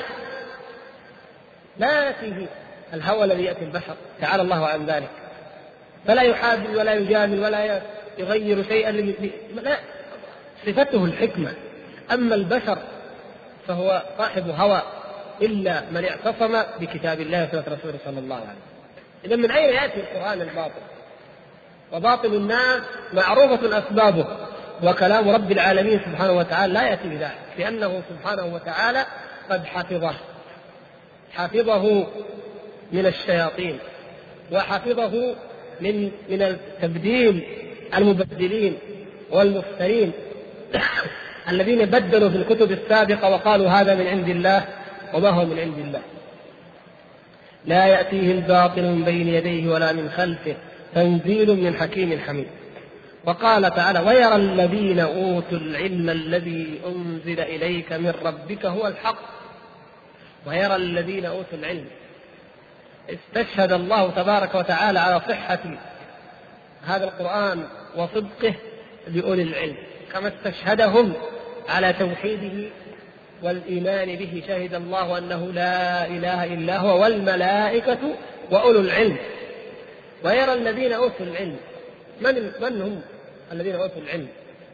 لا يأتيه الهوى الذي يأتي البشر، تعالى الله عن ذلك. فلا يحابي ولا يجامل ولا يغير شيئا، لا، صفته الحكمة. أما البشر فهو صاحب هوى إلا من اعتصم بكتاب الله وسنة رسوله صلى الله عليه وسلم. إذن من أين يأتي القرآن الباطل؟ وباطل الناس معروفة أسبابه، وكلام رب العالمين سبحانه وتعالى لا يأتي بذلك، لأنه سبحانه وتعالى قد حفظه حفظه من الشياطين، وحفظه من من التبديل المبدلين والمفترين الذين بدلوا في الكتب السابقة وقالوا هذا من عند الله وما هو من عند الله. لا يأتيه الباطل من بين يديه ولا من خلفه تنزيل من حكيم حميد. وقال تعالى: ويرى الذين أوتوا العلم الذي أنزل إليك من ربك هو الحق. ويرى الذين أوتوا العلم، استشهد الله تبارك وتعالى على صحة هذا القرآن وصدقه بأولي العلم، كما استشهدهم على توحيده والإيمان به. شهد الله أنه لا إله إلا هو والملائكة وأولو العلم. ويرى الذين أوتوا العلم، من, من هم الذين أوتوا العلم؟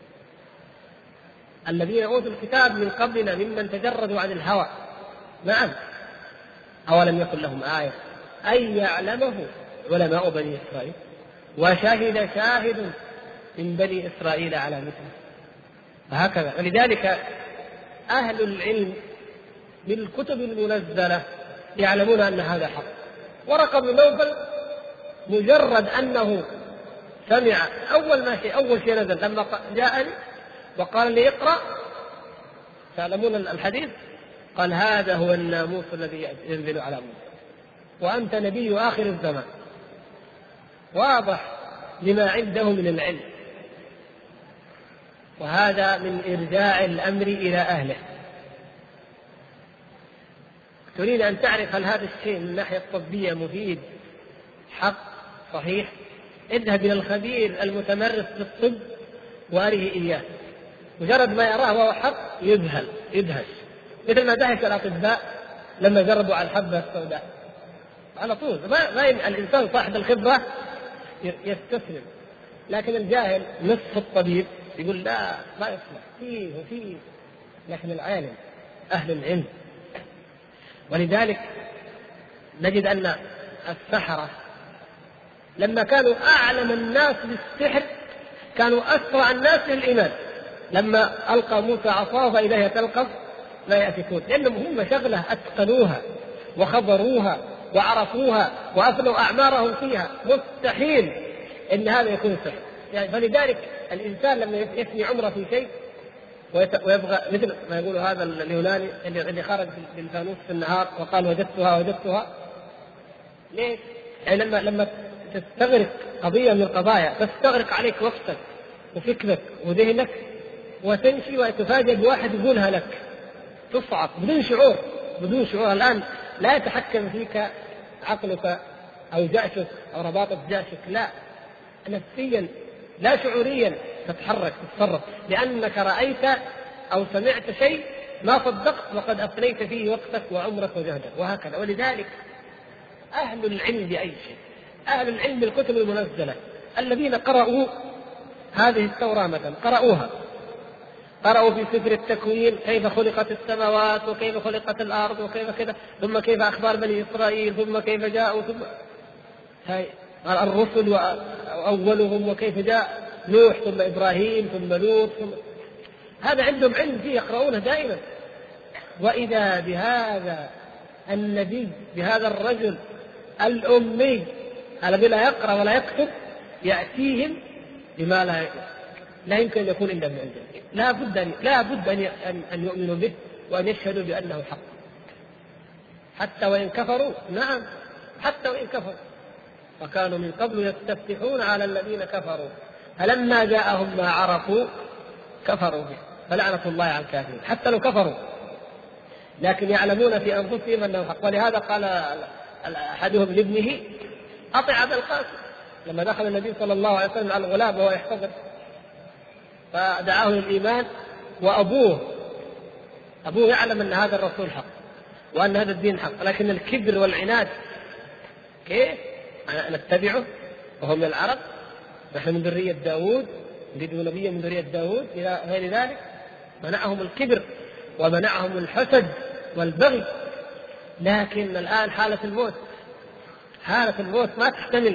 الذين أوتوا الكتاب من قبلنا ممن تجردوا عن الهوى. نعم، أولم يكن لهم آية أن يعلمه علماء بني إسرائيل، وشهد شاهد من بني إسرائيل على مثله. فهكذا. ولذلك أهل العلم بالكتب المنزلة يعلمون أن هذا حق. ورقة بن نوفل مجرد أنه سمع أول ما شيء أول شيء نزل لما جاءني وقال لي اقرأ، تعلمون الحديث، قال هذا هو الناموس الذي ينزل على موسى وأنت نبي آخر الزمان. واضح لما عنده من العلم، وهذا من إرجاع الأمر إلى أهله. تريد أن تعرف هل هذا الشيء من الناحية الطبية مفيد حق صحيح، اذهب إلى الخبير المتمرس في الطب وأريه إياه، مجرد ما يراه وهو حق يذهل يدهش، مثل ما دهش الأطباء لما جربوا على الحبة السوداء على طول. ما الإنسان صاحب الخبرة يستسلم، لكن الجاهل نصف الطبيب يقول لا ما يصلح فيه وفيه. لكن العالم أهل العلم. ولذلك نجد أن السحرة لما كانوا أعلم الناس بالسحر كانوا أسرع الناس للإيمان. لما ألقى موسى عصاه فإذا هي تلقف لا يأفكون، لأنهم هم شغلة أتقنوها وخبروها وعرفوها وأفنوا أعمارهم فيها، مستحيل إن هذا يكون سحر. يعني فلذلك الإنسان لما يفني عمره في شيء ويبغى مثل ما يقول هذا اليوناني اللي خرج بالفانوس في النهار وقال وجدتها وجدتها، ليه؟ يعني لما لما تستغرق قضية من القضايا تستغرق عليك وقتك وفكرك وذهنك وتمشي وتفاجئ بواحد يقولها لك، تصعق بدون شعور بدون شعور. الآن لا يتحكم فيك عقلك أو جأشك أو رباطة جأشك، لا، نفسيا لا شعوريا تتحرك تتصرف، لأنك رأيت أو سمعت شيء ما صدقت وقد أفنيت فيه وقتك وعمرك وجهدك، وهكذا. ولذلك أهل العلم بأي شيء، أهل العلم بالكتب المنزلة الذين قرأوا هذه التوراة مثلا، قرأوها قرأوا في سفر التكوين كيف خلقت السماوات وكيف خلقت الأرض وكيف كذا، ثم كيف أخبار بني إسرائيل، ثم كيف جاءوا، ثم هاي الرسل وأولهم وكيف جاء نوح ثم إبراهيم ثم لوط ثم... هذا عندهم علم فيه يقرؤونه دائما. وإذا بهذا النبي بهذا الرجل الأمي الذي لا يقرأ ولا يكتب يأتيهم بما لا لا يمكن أن يكون إلا من عنده، لا بد أن لا بد أن أن يؤمنوا به وأن يشهدوا بأنه حق حتى وإن كفروا. نعم حتى وإن كفروا، وكانوا من قبل يستفتحون على الذين كفروا فلما جاءهم ما عرفوا كفروا به فلعنة الله على الكافرين. حتى لو كفروا لكن يعلمون في أنفسهم أنه حق. ولهذا قال أحدهم لابنه أطع أبا القاسم لما دخل النبي صلى الله عليه وسلم على الغلام وهو يحتضر فدعاه للإيمان، وأبوه أبوه يعلم أن هذا الرسول حق وأن هذا الدين حق، لكن الكبر والعناد كيف نتبعه وهم من العرب، نحن من ذرية داود نريد نبيا من ذرية داود إلى غير ذلك. منعهم الكبر ومنعهم الحسد والبغي. لكن الآن حالة الموت حالة الموت ما تحتمل.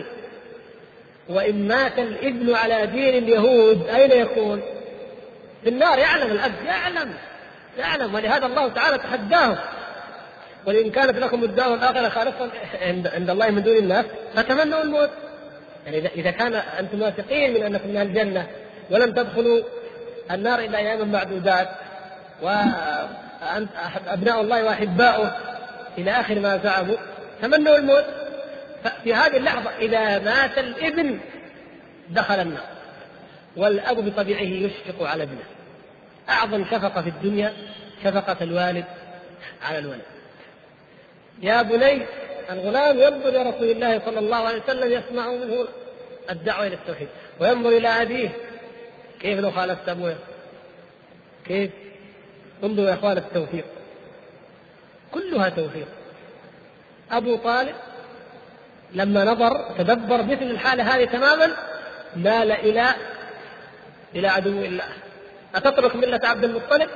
وإن مات الابن على دين اليهود أين يكون؟ في النار. يعلم الأب يعلم يعلم ولهذا الله تعالى تحداهم ولئن كانت لكم الدار الآخرة خالصة عند الله من دون الناس فتمنوا الموت. يعني إذا كان أنتم واثقين من أنكم من الجنة ولم تدخلوا النار إلا أياما معدودات وأبناء الله وأحباؤه إلى آخر ما زعموا، تمنوا الموت. في هذه اللحظة إذا مات الابن دخل النار، والأب بطبيعه يشفق على ابنه. أعظم شفقة في الدنيا شفقة الوالد على الولد. يا بني، الغلام ينظر إلى رسول الله صلى الله عليه وسلم يسمع منه الدعوة إلى التوحيد، وينظر إلى أبيه كيف لو خالفت أبوه كيف. انظروا يا أخوان التوفيق كلها توفيق. أبو طالب لما نظر تدبر مثل الحالة هذه تماما مال إلى إلى عدو الله. أتترك ملة عبد المطلب؟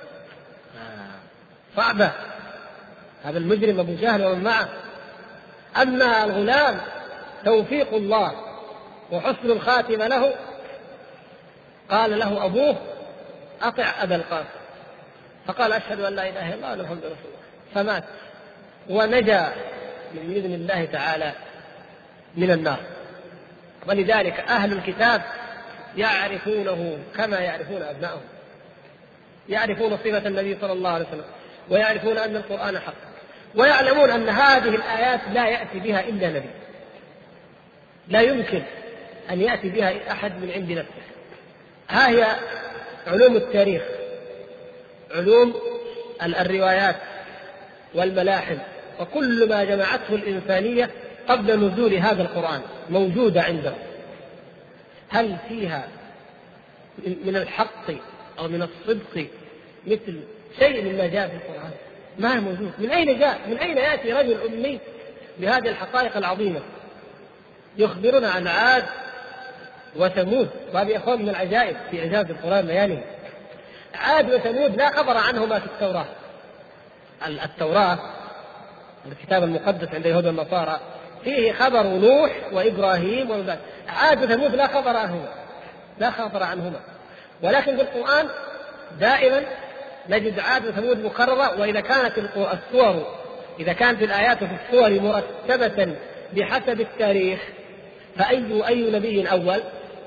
صعبة. هذا المجرم أبو جهل ومن معه أما الغلام توفيق الله وحسن الخاتمة له، قال له أبوه أطع أبا القاسم، فقال أشهد أن لا إله إلا الله محمد رسول الله، فمات ونجا من بإذن الله تعالى من النار. ولذلك أهل الكتاب يعرفونه كما يعرفون أبنائهم، يعرفون صفة النبي صلى الله عليه وسلم، ويعرفون أن القرآن حق، ويعلمون أن هذه الآيات لا يأتي بها إلا نبي، لا يمكن أن يأتي بها أحد من عند نفسه. ها هي علوم التاريخ، علوم الروايات والملاحم، وكل ما جمعته الإنسانية قبل نزول هذا القرآن موجودة عندهم. هل فيها من الحق أو من الصدق مثل شيء مما جاء في القرآن؟ ما هو موجود. من أين جاء؟ من أين يأتي رجل أمي بهذه الحقائق العظيمة يخبرنا عن عاد وثمود؟ وهذه يا أخوان من العجائب في إعجاز القرآن بيانه. عاد وثمود لا خبر عنهما في التوراة. التوراة الكتاب المقدس عند اليهود والنصارى فيه خبر نوح وإبراهيم وموسى. عاد وثمود لا خبر عنهما، لا خبر عنهما. ولكن في القرآن دائما نجد عاد وثمود مكررة. وإذا كانت الصور إذا كانت الآيات في الصور مرتبة بحسب التاريخ، فأي أي نبي أول؟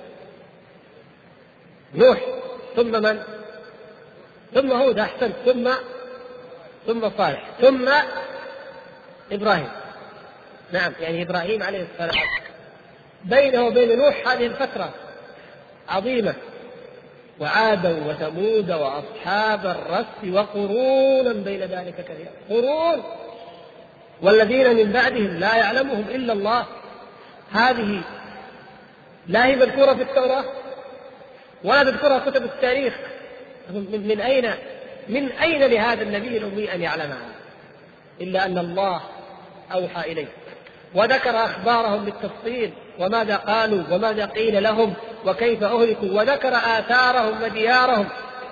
نوح، ثم من؟ ثم هود، أحسن، ثم ثم صالح، ثم إبراهيم. نعم، يعني إبراهيم عليه السلام. بينه وبين نوح هذه الفترة عظيمة، وعادا وثمود وأصحاب الرس وقرونا بين ذلك كثيرا، قرون، والذين من بعدهم لا يعلمهم إلا الله. هذه لا هي مذكورة في التوراة ولا تذكرها كتب التاريخ. من أين من أين لهذا النبي الأمي أن يعلمها؟ إلا أن الله أوحى إليه وذكر أخبارهم بالتفصيل، وماذا قالوا وماذا قيل لهم وكيف أهلكوا، وذكر آثارهم وديارهم.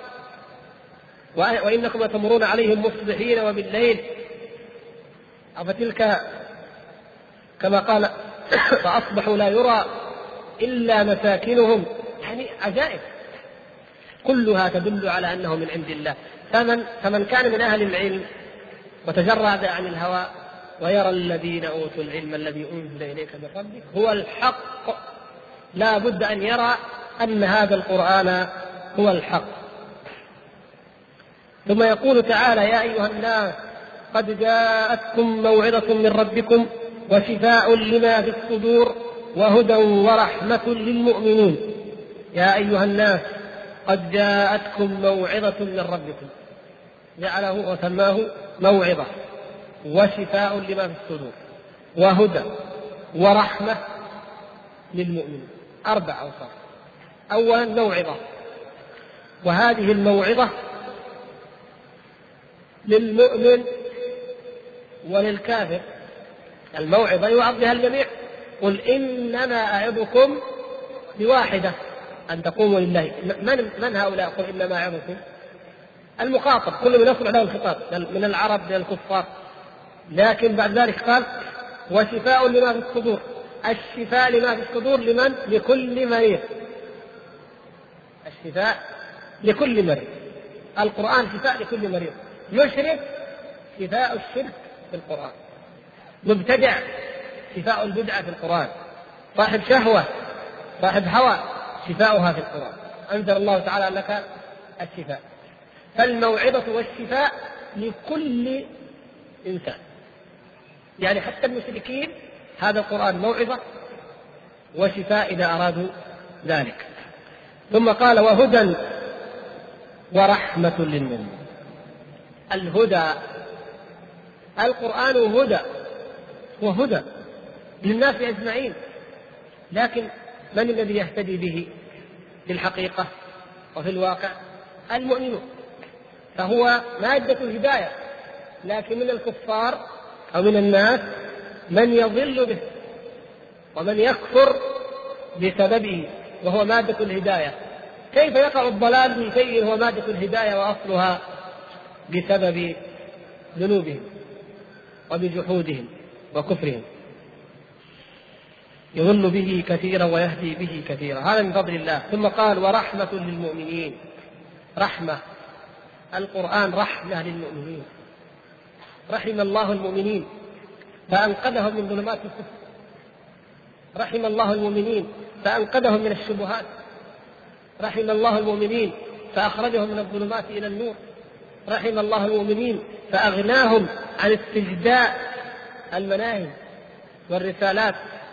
وإنكم لتمرون عليهم مصبحين وبالليل، أفتلك كما قال فأصبحوا لا يرى إلا مساكنهم. يعني عجائب كلها تدل على أنه من عند الله. فمن, فمن كان من أهل العلم وتجرد عن الهوى ويرى الذين أوتوا العلم الذي أنزل إليك من ربك هو الحق، لا بد أن يرى أن هذا القرآن هو الحق. ثم يقول تعالى: يا أيها الناس قد جاءتكم موعظة من ربكم وشفاء لما في الصدور وهدى ورحمة للمؤمنين. يا أيها الناس قد جاءتكم موعظة من ربكم، جعله وسماه موعظة، وشفاء لما في الصدور، وهدى ورحمة للمؤمنين. أربع أوصاف. أولا موعظة، وهذه الموعظة للمؤمن وللكافر. الموعظة يوعظ بها الجميع. قل إنما أعظكم بواحدة أن تقوموا لله. من, من هؤلاء؟ قل إنما أعظكم المخاطب، كل من يصلح له الخطاب من العرب من الكفار. لكن بعد ذلك قال: وشفاء لما في الصدور. الشفاء لما في الصدور لمن؟ لكل مريض. الشفاء لكل مريض. القرآن شفاء لكل مريض. مشرك شفاء الشرك في القرآن، مبتدع شفاء البدعة في القرآن، صاحب شهوة صاحب هوى شفاؤها في القرآن. أنزل الله تعالى لك الشفاء. فالموعظة والشفاء لكل إنسان، يعني حتى المشركين هذا القرآن موعظة وشفاء إذا أرادوا ذلك. ثم قال: وهدى ورحمة للمؤمنين. الهدى، القرآن هدى وهدى للناس أجمعين، لكن من الذي يهتدي به في الحقيقة وفي الواقع؟ المؤمنون. فهو مادة الهداية، لكن من الكفار أو من الناس من يضل به ومن يكفر بسببه، وهو مادة الهداية. كيف يقع الضلال في شيء هو مادة الهداية وأصلها بسبب ذنوبهم وبجحودهم وكفرهم؟ يضل به كثيرا ويهدي به كثيرا. هذا من فضل الله. ثم قال ورحمة للمؤمنين. رحمة، القرآن رحمة للمؤمنين. رحم الله المؤمنين فأنقذهم من ظلمات الكفر، رحم الله المؤمنين فأنقذهم من الشبهات، رحم الله المؤمنين فأخرجهم من الظلمات إلى النور، رحم الله المؤمنين فأغناهم عن استجداء المناهج والرسالات.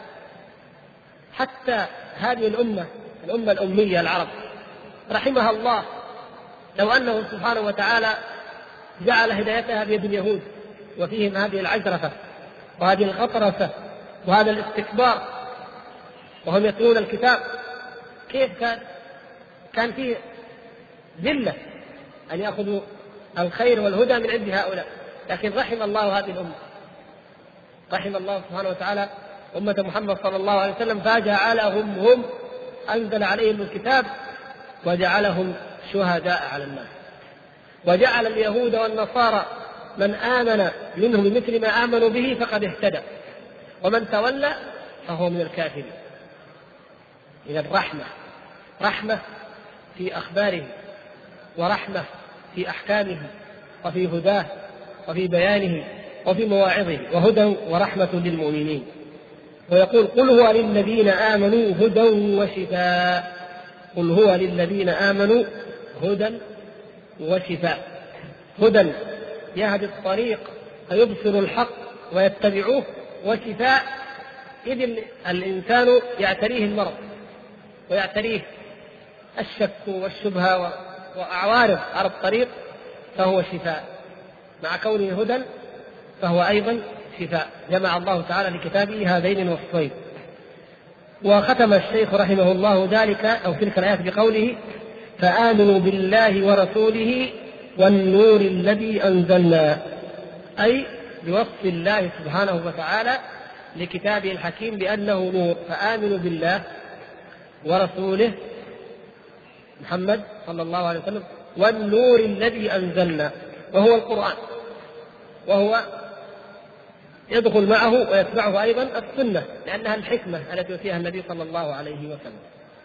حتى هذه الأمة الأمة الأمية العرب رحمها الله، لو أنه سبحانه وتعالى جعل هدايتها بيد اليهود وفيهم هذه العجرفة وهذه الغطرسة وهذا الاستكبار وهم يتلون الكتاب، كيف كان كان فيه ذلة أن يأخذوا الخير والهدى من عند هؤلاء. لكن رحم الله هذه الأمة، رحم الله سبحانه وتعالى أمة محمد صلى الله عليه وسلم فجعلهم هم أنزل عليهم الكتاب وجعلهم شهداء على الناس، وجعل اليهود والنصارى من آمن منهم بمثل ما آمنوا به فقد اهتدى ومن تولى فهو من الكافرين. إذا الرحمة رحمة في أخباره ورحمة في أحكامه وفي هداه وفي بيانه وفي مواعظه، وهدى ورحمة للمؤمنين. ويقول قل هو للذين آمنوا هدى وشفاء. قل هو للذين آمنوا هدى وشفاء. هدى يهدي الطريق فيبصر الحق ويتبعوه، وشفاء إذ الإنسان يعتريه المرض ويعتريه الشك والشبهة وأعوارض على الطريق فهو شفاء. مع كونه هدى فهو أيضا شفاء. جمع الله تعالى لكتابه هذين الوصفين. وختم الشيخ رحمه الله ذلك أو تلك الآيات بقوله فآمنوا بالله ورسوله والنور الذي أنزلنا، أي بوصف الله سبحانه وتعالى لكتابه الحكيم بأنه نور. فآمنوا بالله ورسوله محمد صلى الله عليه وسلم والنور الذي أنزلنا، وهو القرآن، وهو يدخل معه ويتبعه أيضا السنة لأنها الحكمة التي فيها النبي صلى الله عليه وسلم.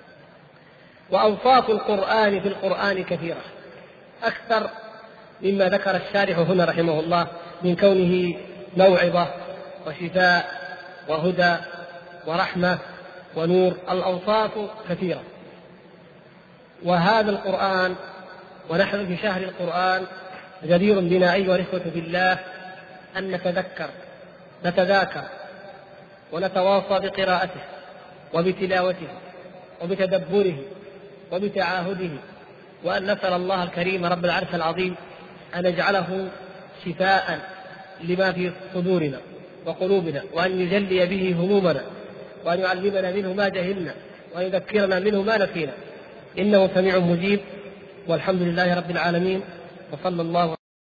وأوصاف القرآن في القرآن كثيرة أكثر مما ذكر الشارح هنا رحمه الله من كونه موعظة وشفاء وهدى ورحمة ونور. الأوصاف كثيرة. وهذا القرآن ونحن في شهر القرآن جدير بنا أيها الإخوة بالله أن نتذكر نتذاكر ونتواصى بقراءته وبتلاوته وبتدبره وبتعاهده، وأن نسأل الله الكريم رب العرش العظيم أن يجعله شفاء لما في صدورنا وقلوبنا، وأن يجلي به همومنا، وأن يعلمنا منه ما جهلنا، وأن يذكرنا منه ما نسينا، إنه سميع مجيب. والحمد لله رب العالمين، وصلى الله